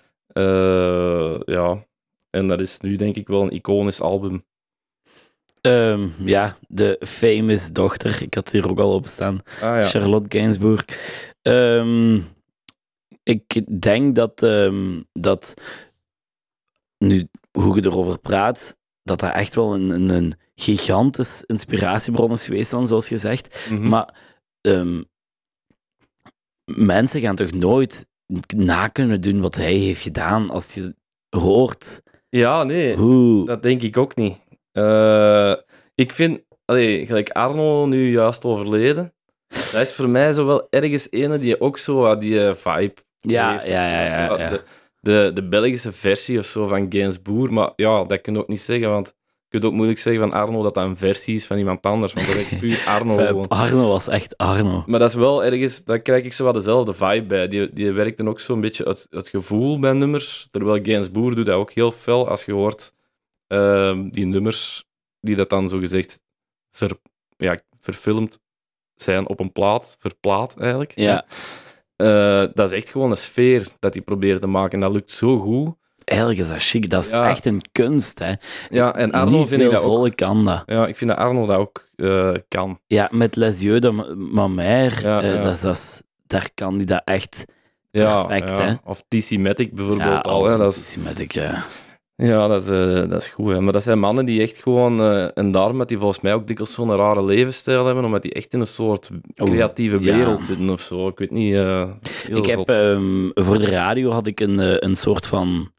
Ja. En dat is nu denk ik wel een iconisch album. ja, de famous dochter. Ik had het hier ook al op staan. Ah ja. Charlotte Gainsbourg. Ik denk dat nu, hoe je erover praat, dat echt wel een gigantisch inspiratiebron is geweest dan, zoals je zegt. Mhm. Maar mensen gaan toch nooit na kunnen doen wat hij heeft gedaan als je hoort Ja, nee. hoe... Dat denk ik ook niet. Ik vind, gelijk Arno nu juist overleden, dat is voor mij zo wel ergens ene die ook zo die vibe Ja, heeft. ja. De Belgische versie of zo van Gainsbourg, maar ja, dat kun je ook niet zeggen, want je kunt ook moeilijk zeggen van Arno dat dat een versie is van iemand anders, want dat is echt puur Arno gewoon. Arno was echt Arno. Maar dat is wel ergens, daar krijg ik zo wat dezelfde vibe bij. Die werkt dan ook zo'n beetje het gevoel bij nummers, terwijl Gainsbourg doet dat ook heel fel als je hoort die nummers die dat dan zogezegd verfilmd zijn op een plaat, verplaat eigenlijk. Ja. Dat is echt gewoon een sfeer dat hij probeert te maken en dat lukt zo goed. Eigenlijk is dat chic. Dat is Ja. echt een kunst, hè. Ja, en Arno Niet vind ik veel dat ook. volk kan dat. Ja, ik vind dat Arno dat ook kan. Ja, met Les Yeux de ma mère, Ja. daar kan hij dat echt Ja, perfect, ja. hè. Of TC Matic bijvoorbeeld Ja, al. Hè. Dat is, systematisch, ja. ja, dat is goed. Hè. Maar dat zijn mannen die echt gewoon... en daarom dat die volgens mij ook dikwijls zo'n rare levensstijl hebben, omdat die echt in een soort creatieve ja. wereld zitten of zo. Ik weet niet. Heel Ik heb zot. voor de radio had ik een soort van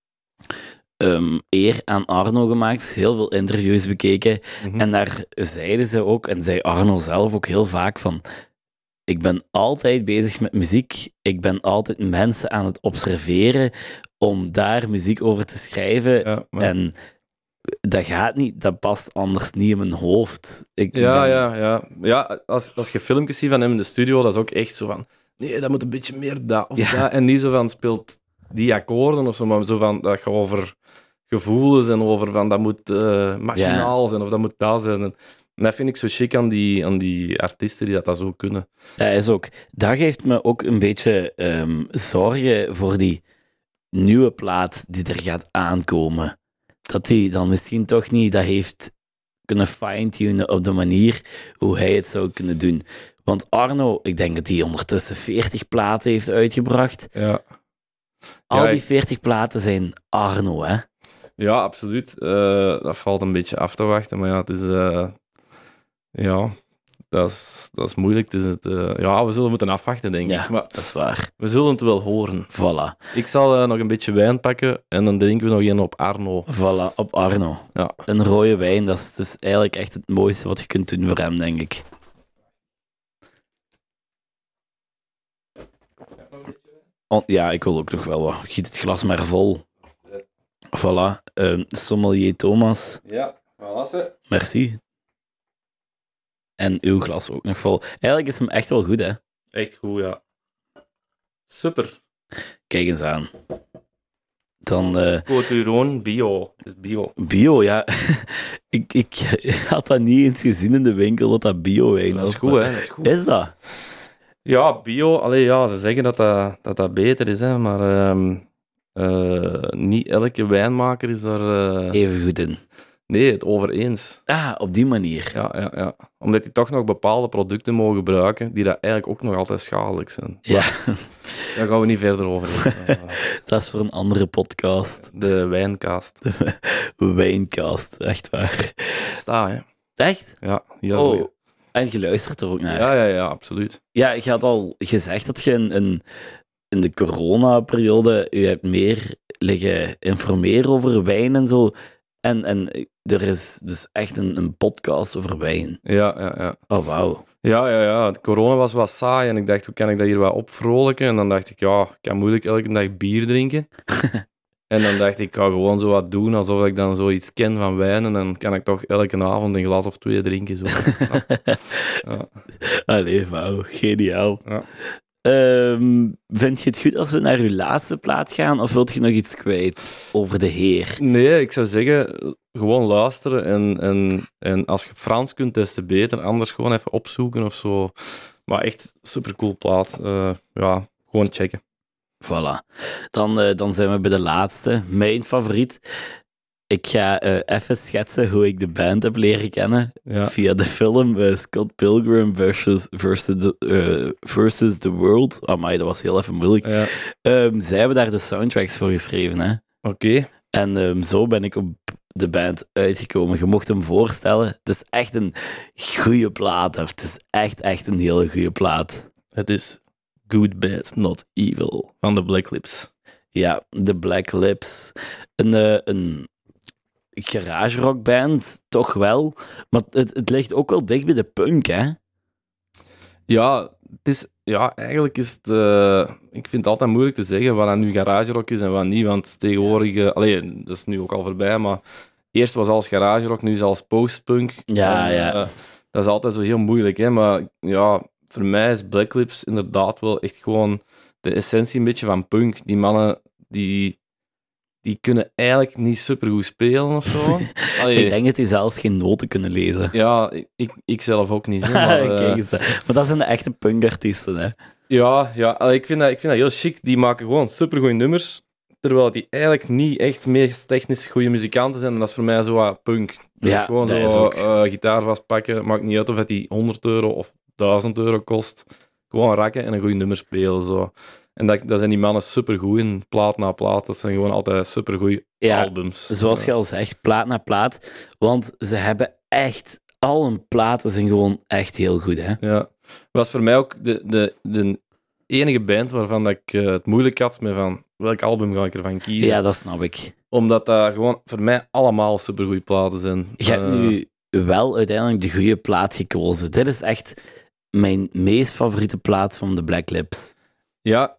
eer aan Arno gemaakt. Heel veel interviews bekeken. Mhm. En daar zeiden ze ook, en zei Arno zelf ook heel vaak van... Ik ben altijd bezig met muziek. Ik ben altijd mensen aan het observeren om daar muziek over te schrijven. Ja, maar- En dat gaat niet, dat past anders niet in mijn hoofd. Ja, als je filmpjes ziet van hem in de studio, dat is ook echt zo van... Nee, dat moet een beetje meer dat of Ja. dat. En niet zo van speelt die akkoorden of zo, maar zo van dat je over gevoelens en over van dat moet machinaal zijn of dat moet dat zijn. En dat vind ik zo chic aan die artiesten die dat zo kunnen. Dat geeft me ook een beetje zorgen voor die nieuwe plaat die er gaat aankomen. Dat hij dan misschien toch niet dat heeft kunnen fine-tunen op de manier hoe hij het zou kunnen doen. Want Arno, ik denk dat hij ondertussen 40 platen heeft uitgebracht. Ja. Al Ja, die 40 platen zijn Arno, hè? Ja, absoluut. Dat valt een beetje af te wachten, maar ja, het is... dat is moeilijk. Het is we zullen moeten afwachten, denk ik. Maar dat is waar. we zullen het wel horen. Voilà. Ik zal nog een beetje wijn pakken en dan drinken we nog een op Arno. Voilà, op Arno. Ja. Een rode wijn, dat is dus eigenlijk echt het mooiste wat je kunt doen voor hem, denk ik. Ja, ik wil ook nog wel wat. Giet het glas maar vol. Voilà. Sommelier Thomas. Ja, voilà ze. Merci. En uw glas ook nog vol. Eigenlijk is hem echt wel goed, hè? Echt goed, ja. Super. Kijk eens aan. Dan... Coturon bio. Dus bio. Bio, ja. ik had dat niet eens gezien in de winkel, dat bio-wijn was. Dat is goed, hè. Dat is goed. Is dat? Ja, bio. Allee, ja, ze zeggen dat beter is, hè. Maar niet elke wijnmaker is daar... Even goed in. Nee, het over eens. Ah, op die manier. Ja. Omdat die toch nog bepaalde producten mogen gebruiken die dat eigenlijk ook nog altijd schadelijk zijn. Ja. Daar gaan we niet verder over in. Dat is voor een andere podcast. De wijncast. Wijncast, echt waar. Sta, hè. Echt? Ja. Goed. En je luistert er ook naar. Ja, absoluut. Ja, je had al gezegd dat je in de coronaperiode je hebt meer liggen informeren over wijn en zo. En er is dus echt een podcast over wijn. Ja. Oh, wauw. Ja. De corona was wat saai en ik dacht, hoe kan ik dat hier wat opvrolijken? En dan dacht ik, ik kan moeilijk elke dag bier drinken. En dan dacht ik ga gewoon zo wat doen alsof ik dan zoiets ken van wijn en dan kan ik toch elke avond een glas of 2 drinken. Zo. Ja. Allee, wauw. Geniaal. Ja. Vind je het goed als we naar uw laatste plaat gaan of wilt je nog iets kwijt over de heer? Nee, ik zou zeggen, gewoon luisteren en als je Frans kunt, des te beter. Anders gewoon even opzoeken of zo. Maar echt supercool plaat. Gewoon checken. Voilà. Dan zijn we bij de laatste. Mijn favoriet. Ik ga even schetsen hoe ik de band heb leren kennen. Ja. Via de film Scott Pilgrim versus the World. Amai, dat was heel even moeilijk. Ja. Zij hebben daar de soundtracks voor geschreven, hè. Oké. En zo ben ik op de band uitgekomen. Je mocht hem voorstellen. Het is echt een goede plaat. Het is echt een hele goede plaat. Het is Good, Bad, Not Evil van de Black Lips. Ja, de Black Lips. Een garage rockband, toch wel. Maar het ligt ook wel dicht bij de punk, hè? Ja, eigenlijk is het... ik vind het altijd moeilijk te zeggen wat dan nu garage rock is en wat niet, want tegenwoordig... dat is nu ook al voorbij, maar eerst was alles garage rock, nu is alles postpunk. Ja. Dat is altijd zo heel moeilijk, hè. Maar ja, voor mij is Black Lips inderdaad wel echt gewoon de essentie een beetje van punk. Die mannen, die kunnen eigenlijk niet supergoed spelen of zo. Ik denk dat die zelfs geen noten kunnen lezen. Ja, ik zelf ook niet. Hè, maar, Kijk eens, maar dat zijn de echte punkartiesten, hè? Ja, ik vind dat heel chic. Die maken gewoon supergoeie nummers, terwijl die eigenlijk niet echt meest technisch goede muzikanten zijn. En dat is voor mij zo wat punk. Dat is gewoon zo gitaar vastpakken. Maakt niet uit of het die €100 of €1000 kost. Gewoon rakken en een goed nummer spelen. Zo. En dat zijn die mannen supergoed in, plaat na plaat. Dat zijn gewoon altijd supergoeie albums. Zoals je al zegt, plaat na plaat. Want ze hebben echt... Al hun platen zijn gewoon echt heel goed, hè? Ja. Was voor mij ook de enige band waarvan dat ik het moeilijk had met van welk album ga ik ervan kiezen. Ja, dat snap ik. Omdat dat gewoon voor mij allemaal supergoeie platen zijn. Je hebt nu wel uiteindelijk de goede plaat gekozen. Dit is echt mijn meest favoriete plaat van de Black Lips. Ja,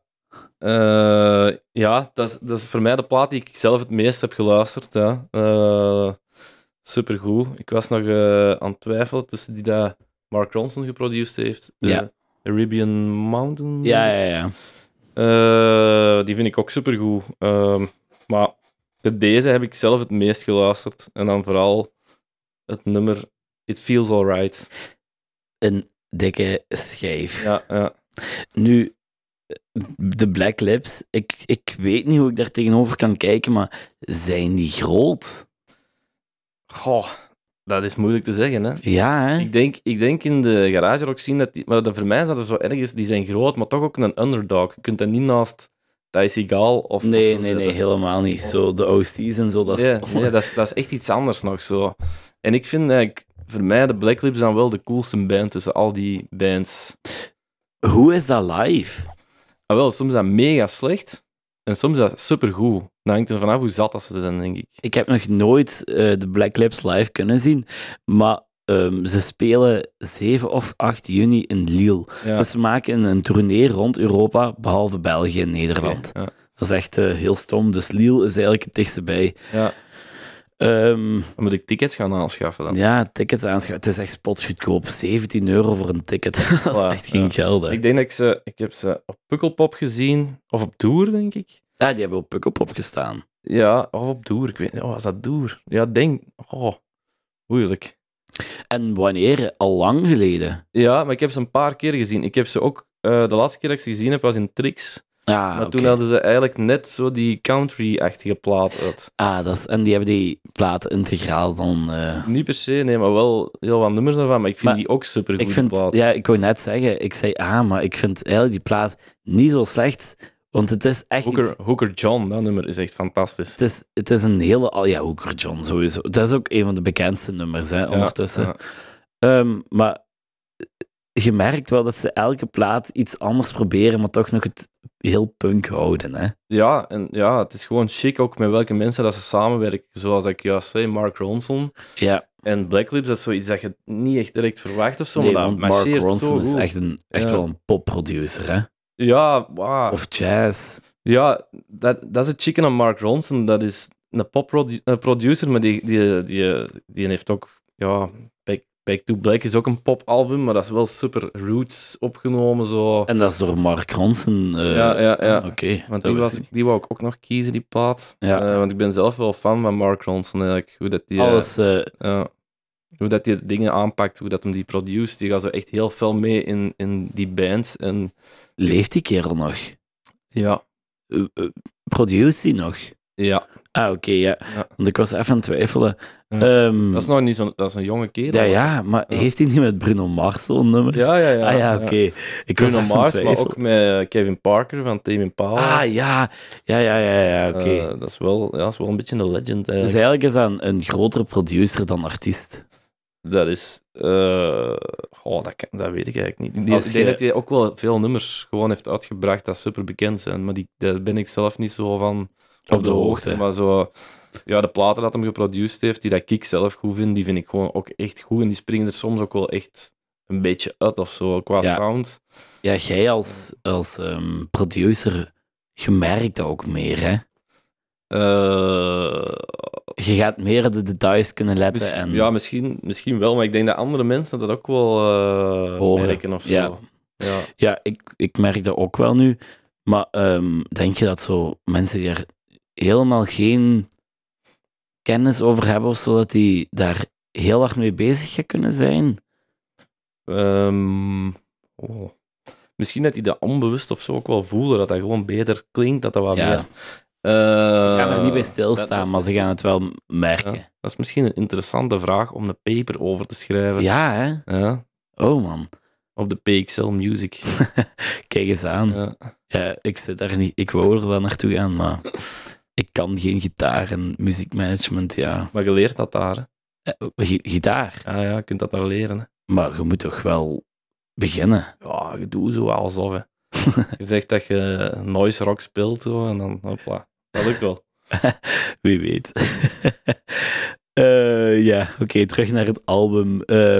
dat is voor mij de plaat die ik zelf het meest heb geluisterd. Ja. Supergoed. Ik was nog aan het twijfelen tussen die dat Mark Ronson geproduceerd heeft. Arabian Mountain. Ja. Die vind ik ook supergoed. Maar deze heb ik zelf het meest geluisterd. En dan vooral het nummer It Feels Alright. Een dikke schijf. Ja. Nu, de Black Lips, ik weet niet hoe ik daar tegenover kan kijken, maar zijn die groot? Goh, dat is moeilijk te zeggen, hè. Ja, hè? Ik denk in de garage rock zien dat die... Maar voor mij is dat er zo ergens... Die zijn groot, maar toch ook een underdog. Je kunt dat niet naast Ty Segall of... Nee, helemaal niet. Zo de OC's en zo, dat is... Nee, dat is echt iets anders nog, zo. En ik vind voor mij de Black Lips dan wel de coolste band tussen al die bands. Hoe is dat live? Wel, soms is dat mega slecht en soms is dat supergoed. Dan hangt er vanaf hoe zat dat ze zijn, denk ik. Ik heb nog nooit de Black Lips live kunnen zien, maar ze spelen 7 of 8 juni in Lille. Ja. Dus ze maken een tournee rond Europa, behalve België en Nederland. Ja. Dat is echt heel stom. Dus Lille is eigenlijk het dichtste bij. Ja. Dan moet ik tickets gaan aanschaffen dan. Ja, tickets aanschaffen. Het is echt spotsgoedkoop. €17 voor een ticket. Dat is Voilà, echt geen geld. Hè. Ik denk dat ik heb ze op Pukkelpop gezien, of op Tour, denk ik. Ah, die hebben op Pukkelpop gestaan. Ja, of op Tour. Ik weet niet, was dat Tour? Ja, moeilijk. En wanneer? Al lang geleden. Ja, maar ik heb ze een paar keer gezien. Ik heb ze ook, de laatste keer dat ik ze gezien heb, was in Trix. Ah, Maar oké. toen hadden ze eigenlijk net zo die country-achtige plaat uit. Ah, en die hebben die platen integraal dan... Niet per se, nee, maar wel heel wat nummers daarvan. Maar ik vind Maar die ook super goed, Ik vind, plaat. ja, ik wou net zeggen, ik zei maar ik vind eigenlijk die plaat niet zo slecht, want het is echt Hooker John, dat nummer is echt fantastisch. het is een hele... Ja, Hooker John, sowieso. Dat is ook een van de bekendste nummers, hè, ondertussen. Ja. Maar je merkt wel dat ze elke plaat iets anders proberen, maar toch nog het heel punk houden, hè. Ja, en ja, het is gewoon chic ook met welke mensen dat ze samenwerken. Zoals ik juist zei, Mark Ronson Ja, en Black Lips, dat is zoiets dat je niet echt direct verwacht of zo, nee, maar dat want Mark marcheert zo Ronson is goed. echt wel een popproducer, hè. Ja, wow. Of jazz. Ja, dat is het chicken aan Mark Ronson. Dat is een popproducer, maar die heeft ook... Ja, Back to Black is ook een popalbum, maar dat is wel super roots opgenomen. Zo. En dat is door Mark Ronson. Ja. Oké. Want dat wist ik. die wou ik ook nog kiezen, die plaat. Ja. Want ik ben zelf wel fan van Mark Ronson eigenlijk. Hoe dat die... Alles... hoe dat die dingen aanpakt, hoe dat hem die produceert. Die gaat zo echt heel veel mee in die bands. En Leeft die kerel nog? ja. Produceert die nog? Ja. Ah, oké, ja. Ja. Want ik was even aan het twijfelen. Ja. Ehm, Dat is nog niet zo... Dat is een jonge kerel. ja, maar Ja. heeft hij niet met Bruno Mars zo'n nummer? Ja. Ah ja, oké. Ik was Bruno even aan het Mars, maar twijfelen. ook met Kevin Parker van Tame Impala. Ah, ja, oké. Dat is wel een beetje een legend Dus eigenlijk. eigenlijk is dat een grotere producer dan artiest. Dat is... dat weet ik eigenlijk niet. Als Ik denk je- dat hij ook wel veel nummers gewoon heeft uitgebracht dat super bekend zijn, maar daar ben ik zelf niet zo van Op de hoogte. Maar zo... Ja, de platen dat hem geproduceerd heeft, die dat ik zelf goed vind, die vind ik gewoon ook echt goed. En die springen er soms ook wel echt een beetje uit of zo, qua Ja. sound. Ja, jij als producer, je merkt dat ook meer, hè? Je gaat meer op de details kunnen letten. En Ja, misschien wel, maar ik denk dat andere mensen dat ook wel Horen. merken of zo. Ja. Ja. Ja, ik merk dat ook wel nu. Maar denk je dat zo mensen die er helemaal geen kennis over hebben of zo, dat die daar heel hard mee bezig gaan kunnen zijn? Misschien dat die dat onbewust of zo ook wel voelen, dat dat gewoon beter klinkt, dat dat wat Ja. meer... Ze gaan er niet bij stilstaan, dat is maar ze gaan het wel merken. Ja, dat is misschien een interessante vraag om een paper over te schrijven. Ja, hè? Ja, Oh, man. op de PXL Music. Kijk eens aan. Ja. Ja, ik zit daar niet... Ik wou er wel naartoe gaan, maar ik kan geen gitaar en muziekmanagement, ja. Maar je leert dat daar, hè? Gitaar. Ja, je kunt dat daar leren, hè? Maar je moet toch wel beginnen? Ja, je doet zo alsof, hè. Je zegt dat je noise rock speelt, zo, en dan, hopla. Dat lukt wel. Wie weet. Ja, oké, terug naar het album.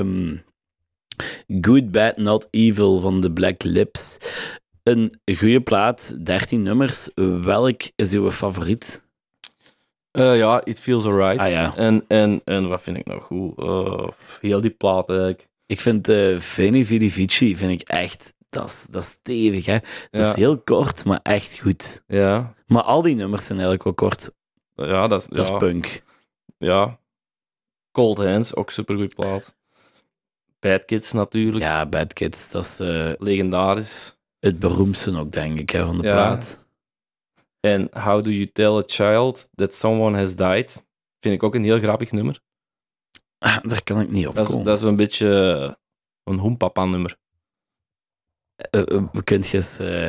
Good, Bad, Not Evil van The Black Lips. Een goede plaat, 13 nummers. Welk is uw favoriet? Ja, It Feels Alright. Ah, ja. En wat vind ik nog goed? Heel die plaat, eigenlijk. Ik vind Veni Vidi Vici vind ik echt... Dat is stevig, hè? Dat is Ja. heel kort, maar echt goed. Ja, Maar al die nummers zijn eigenlijk wel kort. ja, Dat is punk. Ja. Cold Hands, ook supergoed plaat. Bad Kids natuurlijk. Ja, Bad Kids, dat is Legendarisch. het beroemdste ook, denk ik, hè, van de Ja. plaat. En How Do You Tell a Child That Someone Has Died? Vind ik ook een heel grappig nummer. Daar kan ik niet op komen. Dat is een beetje een hoempapa-nummer. Kunt je eens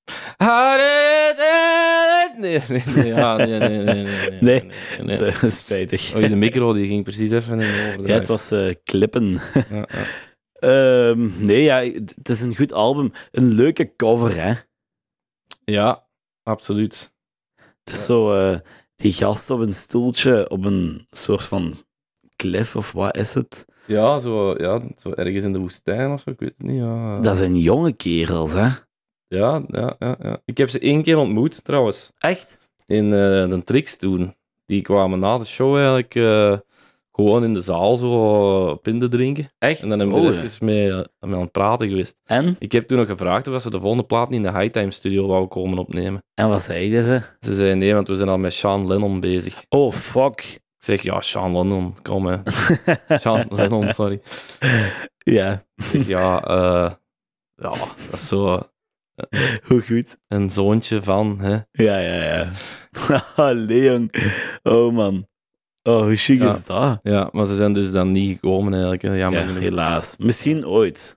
Nee. Spijtig. Oh, de micro die ging precies even in overdrijf. Ja, het was klippen. Ja. Nee, ja, het is een goed album. Een leuke cover, hè. Ja, absoluut. Het is zo die gast op een stoeltje op een soort van klif, of wat is het? Ja, zo ergens in de woestijn of zo, ik weet het niet. Ja. Dat zijn jonge kerels, hè. Ja. Ik heb ze 1 keer ontmoet, trouwens. Echt? In de Tricks toen. Die kwamen na de show eigenlijk gewoon in de zaal zo pinden drinken. Echt? En dan hebben we er even mee aan het praten geweest. En? Ik heb toen nog gevraagd of ze de volgende plaat niet in de High Time Studio wouden komen opnemen. En wat zeiden ze? Ze zeiden nee, want we zijn al met Sean Lennon bezig. Oh, fuck. Ik zeg, ja, Sean Lennon, kom hè. Sean Lennon, sorry. Ja. Ik zeg, ja, dat is zo Hoe goed. een zoontje van, hè. Ja. Allee, jong. Oh, man. Oh, hoe chic is dat? Ja, maar ze zijn dus dan niet gekomen eigenlijk. Hè. Jammer Ja, genoeg. helaas. Misschien ooit.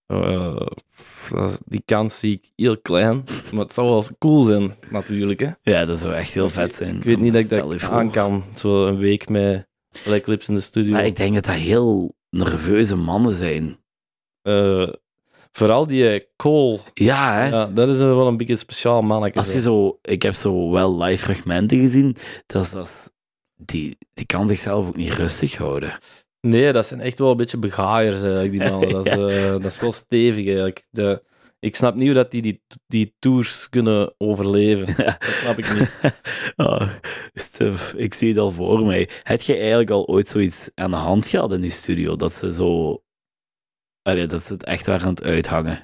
Die kans zie ik heel klein, maar het zou wel cool zijn, natuurlijk. Hè. Ja, dat zou echt heel vet zijn. Ik weet niet dat ik Stel je dat voor. aan kan, zo een week met Black Lips in de studio. Maar ik denk dat dat heel nerveuze mannen zijn. Vooral die Cole, Ja, hè. ja, dat is wel een beetje een speciaal mannetje. Als je zo... Ik heb zo wel live fragmenten gezien. Die kan zichzelf ook niet rustig houden. Nee, dat zijn echt wel een beetje begaaiers, eigenlijk, die mannen. Dat is wel stevig, eigenlijk. Ik snap niet hoe dat die tours kunnen overleven. Dat snap ik niet. Oh, Stef, ik zie het al voor mij. Heb je eigenlijk al ooit zoiets aan de hand gehad in je studio? Dat ze zo... dat ze het echt waren aan het uithangen.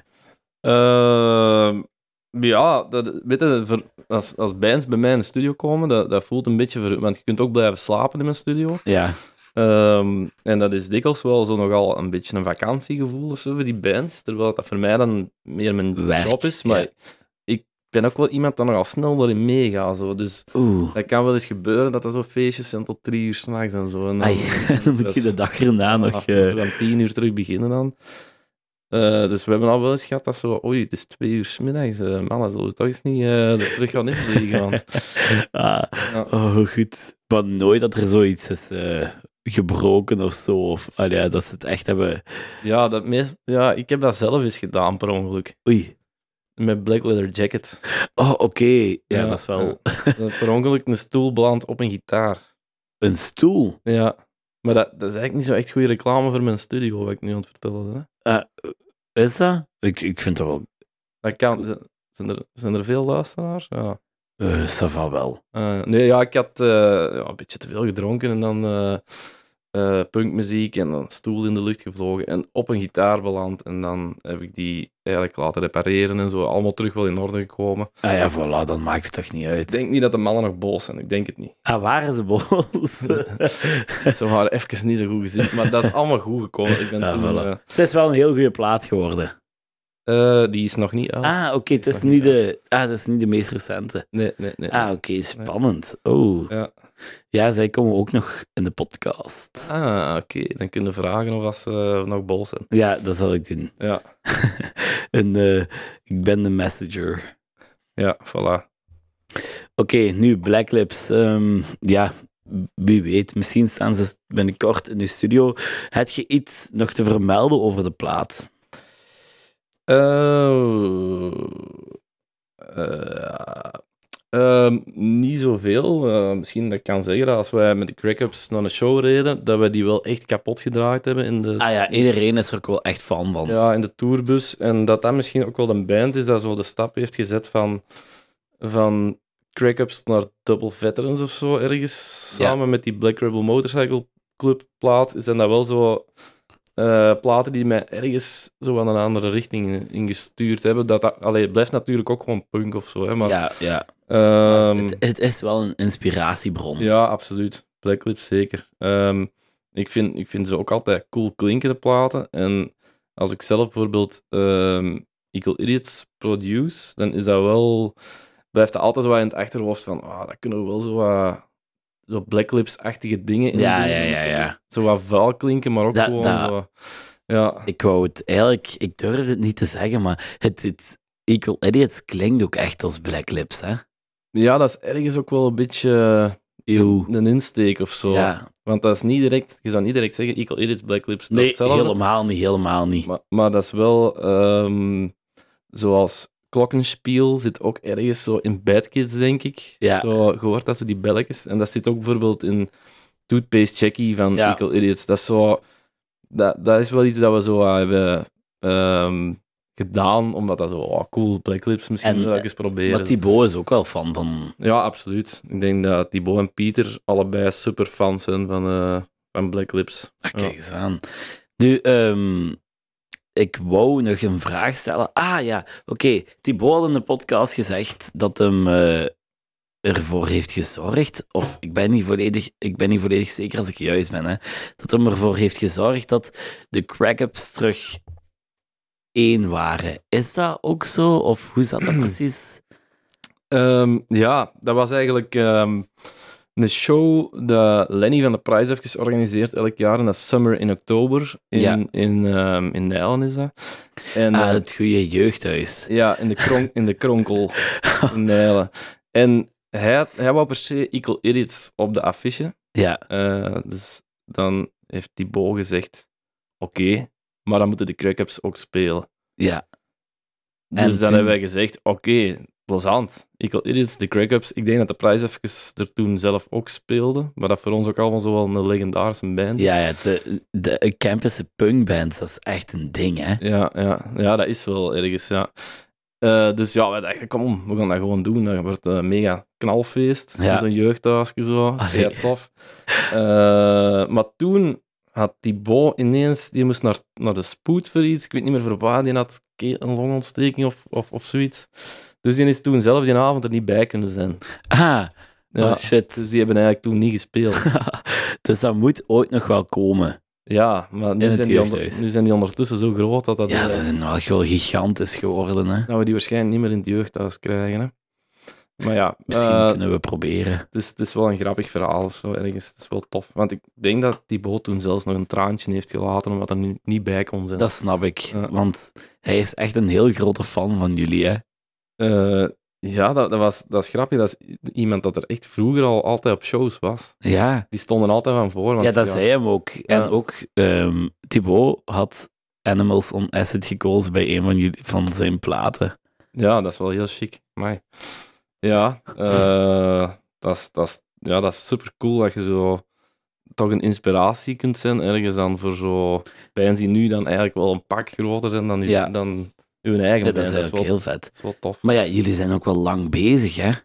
Ja, weet je, als bands bij mij in de studio komen, dat voelt een beetje... Want je kunt ook blijven slapen in mijn studio. Ja. En dat is dikwijls wel zo nogal een beetje een vakantiegevoel of zo voor die bands, terwijl dat voor mij dan meer mijn Werk, job is. Maar ja. ik ben ook wel iemand dat nogal snel erin meegaat. Zo. Dus dat kan wel eens gebeuren dat zo feestjes zijn tot 3 uur 's nachts en zo. En Dan moet je de dag erna nog... moeten we aan 10 uur terug beginnen dan. Dus we hebben al wel eens gehad dat zo... Oei, het is 2 uur 's middags. Man, zullen we toch eens niet terug gaan invliegen? Want... Ja. Oh, goed. Maar nooit dat er zoiets is gebroken of zo. Of dat ze het echt hebben... Ja, ik heb dat zelf eens gedaan per ongeluk. Oei. Met Black Leather Jacket. Oh, oké. Ja, dat is wel... Per ongeluk een stoel belandt op een gitaar. Een stoel? Ja. Maar dat is eigenlijk niet zo echt goede reclame voor mijn studio, wat ik nu aan het vertellen ben. Is dat? Ik vind dat wel... Dat kan... Zijn er veel luisteraars? Ja. Ça va wel. Nee, ja, ik had een beetje te veel gedronken en dan punkmuziek en dan stoel in de lucht gevlogen en op een gitaar beland. En dan heb ik die eigenlijk laten repareren en zo. Allemaal terug wel in orde gekomen. Ah ja, voilà, dan maakt het toch niet uit. Ik denk niet dat de mannen nog boos zijn. Ik denk het niet. Ah, waren ze boos? Ze waren even niet zo goed gezien, maar dat is allemaal goed gekomen. Ik ben Ja, toen, voilà. Het is wel een heel goede plaat geworden. die is nog niet uit. Ah, oké, het is niet dat is niet de meest recente. Nee. Ah, oké, spannend. Oh. Ja. Ja, zij komen ook nog in de podcast. Ah, oké. Dan kunnen we vragen of ze nog boos zijn. Ja, dat zal ik doen. Ja. En ik ben de messenger. Ja, voilà. Oké, nu Black Lips. Ja, wie weet. Misschien staan ze binnenkort in de studio. Heb je iets nog te vermelden over de plaat? Niet zoveel. Misschien dat ik kan zeggen dat als wij met de Crack-Ups naar een show reden, dat wij die wel echt kapot gedraaid hebben in de... Ah ja, iedereen is er ook wel echt fan van. Ja, in de tourbus. En dat misschien ook wel een band is dat zo de stap heeft gezet van Crack-Ups naar Double Veterans of zo ergens. Samen met die Black Rebel Motorcycle Club plaat zijn dat wel zo platen die mij ergens zo aan een andere richting ingestuurd hebben. Het blijft natuurlijk ook gewoon punk of zo. Hè, maar, Ja. Het is wel een inspiratiebron. Ja, absoluut. Black Lips zeker. Ik vind ze ook altijd cool klinken, de platen. En als ik zelf bijvoorbeeld Equal Idiots produce, dan is dat wel... Blijft dat altijd zo in het achterhoofd van... dat kunnen we wel zo Black Lips-achtige dingen in doen. Ja. Zo wat vuil klinken, maar ook gewoon zo... Ja. Ik wou het eigenlijk... Ik durfde het niet te zeggen, maar het Equal Idiots klinkt ook echt als Black Lips, hè? Ja, dat is ergens ook wel een beetje Eeuw. een insteek of zo. Ja. Want dat is niet direct, je zou niet direct zeggen Equal Idiots, Black Lips. Dat is Nee, hetzelfde. helemaal niet. Maar dat is wel zoals Glockenspiel zit ook ergens zo in Bad Kids, denk ik. Ja. Zo gehoord dat ze die belletjes. En dat zit ook bijvoorbeeld in Toothpaste Jackie van Ja. Equal Idiots. Dat is zo... Dat is wel iets dat we zo hebben gedaan, omdat dat zo cool, Black Lips misschien En, wil ik eens proberen. Maar Thibaut is ook wel fan van... Ja, absoluut. Ik denk dat Thibaut en Pieter allebei super fans zijn van Black Lips. Ah, kijk eens aan. Nu, ik wou nog een vraag stellen. Ah ja, oké. Thibaut had in de podcast gezegd dat hem ervoor heeft gezorgd, of ik ben niet volledig zeker als ik juist ben, hè, dat hem ervoor heeft gezorgd dat de crack-ups terug 1 waren. Is dat ook zo? Of hoe zat dat precies? Ja, dat was eigenlijk een show dat Lenny van de Prize heeft georganiseerd elk jaar. En dat is Summer in oktober. In Nijlen is dat. En, Het goede jeugdhuis. Ja, in de Kronkel in Nijlen. En hij wou per se Equal Idiots op de affiche. Ja. Dus dan heeft Thibaut gezegd, oké, maar dan moeten de crack-ups ook spelen. Ja. Dus En dan toen- hebben wij gezegd, oké, plezant. Equal Idiots, de crack-ups. Ik denk dat de Prize even er toen zelf ook speelde, maar dat voor ons ook allemaal zo wel een legendarische band is. Ja, de campus punkbands, dat is echt een ding, hè? Ja, dat is wel ergens, ja. Dus ja, wij dachten, kom, we gaan dat gewoon doen. Dat wordt een mega knalfeest. Ja. Zo'n jeugdhuisje zo. Allee. Ja, tof. Maar toen had Thibaut ineens, die moest naar de spoed voor iets. Ik weet niet meer voor waar. Die had een longontsteking of zoiets. Dus die is toen zelf die avond er niet bij kunnen zijn. Ah, Ja, oh shit. Dus die hebben eigenlijk toen niet gespeeld. Dus dat moet ooit nog wel komen. Ja, maar nu het zijn, jeugdhuis. nu zijn die ondertussen zo groot dat Ja, ze zijn wel gewoon gigantisch geworden, hè? dat we die waarschijnlijk niet meer in het jeugdhuis krijgen. Hè. Maar ja, Misschien kunnen we proberen. het is wel een grappig verhaal of zo ergens. Het is wel tof. Want ik denk dat Thibaut toen zelfs nog een traantje heeft gelaten omdat er nu niet bij kon zijn. Dat snap ik, Ja. want hij is echt een heel grote fan van jullie, hè? Ja, dat is grappig. Dat is iemand dat er echt vroeger al altijd op shows was. Ja, Die stonden altijd van voor. Want, ja dat zei hem ook. En Ja. ook Thibaut had Animals on Acid gekozen bij een van zijn platen. Ja, dat is wel heel chic. Amai. Ja, dat is super cool dat je zo toch een inspiratie kunt zijn ergens dan voor zo bands die nu dan eigenlijk wel een pak groter zijn dan, Ja. dan uw eigen Ja, band. dat is wel, eigenlijk heel vet. dat is wel tof. Maar ja, jullie zijn ook wel lang bezig, hè?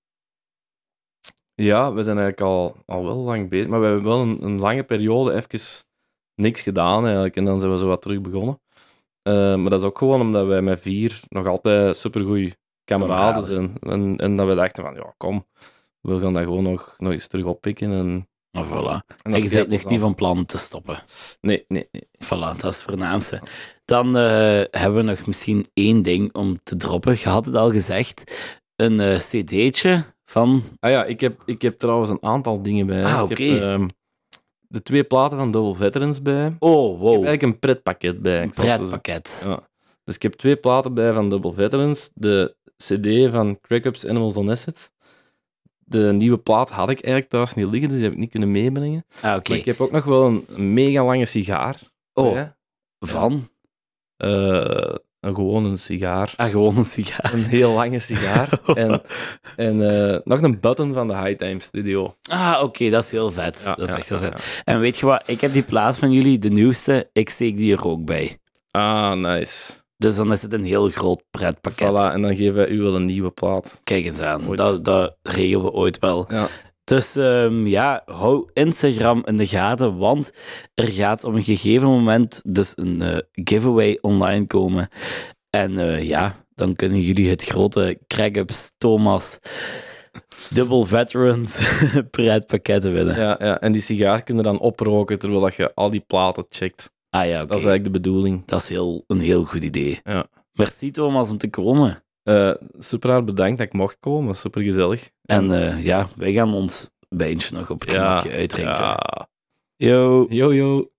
Ja, we zijn eigenlijk al wel lang bezig, maar we hebben wel een lange periode even niks gedaan eigenlijk. En dan zijn we zo wat terug begonnen. Maar dat is ook gewoon omdat wij met 4 nog altijd supergoeie kameraden zijn. En dat we dachten van, ja, kom, we gaan dat gewoon nog eens terug oppikken. En Maar voilà. En En dat je is bent nog niet van plan te stoppen. Nee. Voilà, dat is het voornaamste. Dan hebben we nog misschien 1 ding om te droppen. Je had het al gezegd. Een cd'tje van... Ah ja, ik heb trouwens een aantal dingen bij. Ah, Ik oké. heb de 2 platen van Double Veterans bij. Oh, Ik wow. heb eigenlijk een pretpakket bij. Een Ik zal het zo pretpakket. zeggen. Ja. Dus ik heb 2 platen bij van Double Veterans. De cd van Crack-Ups Animals on Acid. De nieuwe plaat had ik eigenlijk thuis niet liggen, dus die heb ik niet kunnen meebrengen. Ah, oké. Maar ik heb ook nog wel een mega lange sigaar. Oh, bij. van? Een gewone sigaar. Ah, gewoon een sigaar. Een heel lange sigaar. En nog een button van de High Time Studio. Ah, oké, dat is heel vet. Ja, dat is ja, echt heel ja, vet. En weet je wat? Ik heb die plaat van jullie, de nieuwste, ik steek die er ook bij. Ah, nice. Dus dan is het een heel groot pretpakket. Voilà, en dan geven wij u wel een nieuwe plaat. Kijk eens aan. Ooit. Dat regelen we ooit wel. Ja. Dus ja, hou Instagram in de gaten, want er gaat op een gegeven moment dus een giveaway online komen. En ja, dan kunnen jullie het grote Crack-Ups Thomas Double Veterans pretpakketten winnen. Ja, en die sigaar kun je dan oproken terwijl dat je al die platen checkt. Ah ja, oké. Dat is eigenlijk de bedoeling. Dat is een heel goed idee. Ja. Merci Thomas om te komen. Super hard bedankt dat ik mocht komen. Super gezellig. En ja, wij gaan ons bijntje nog op het gemakje uitdrinken. Ja. Yo. Yo.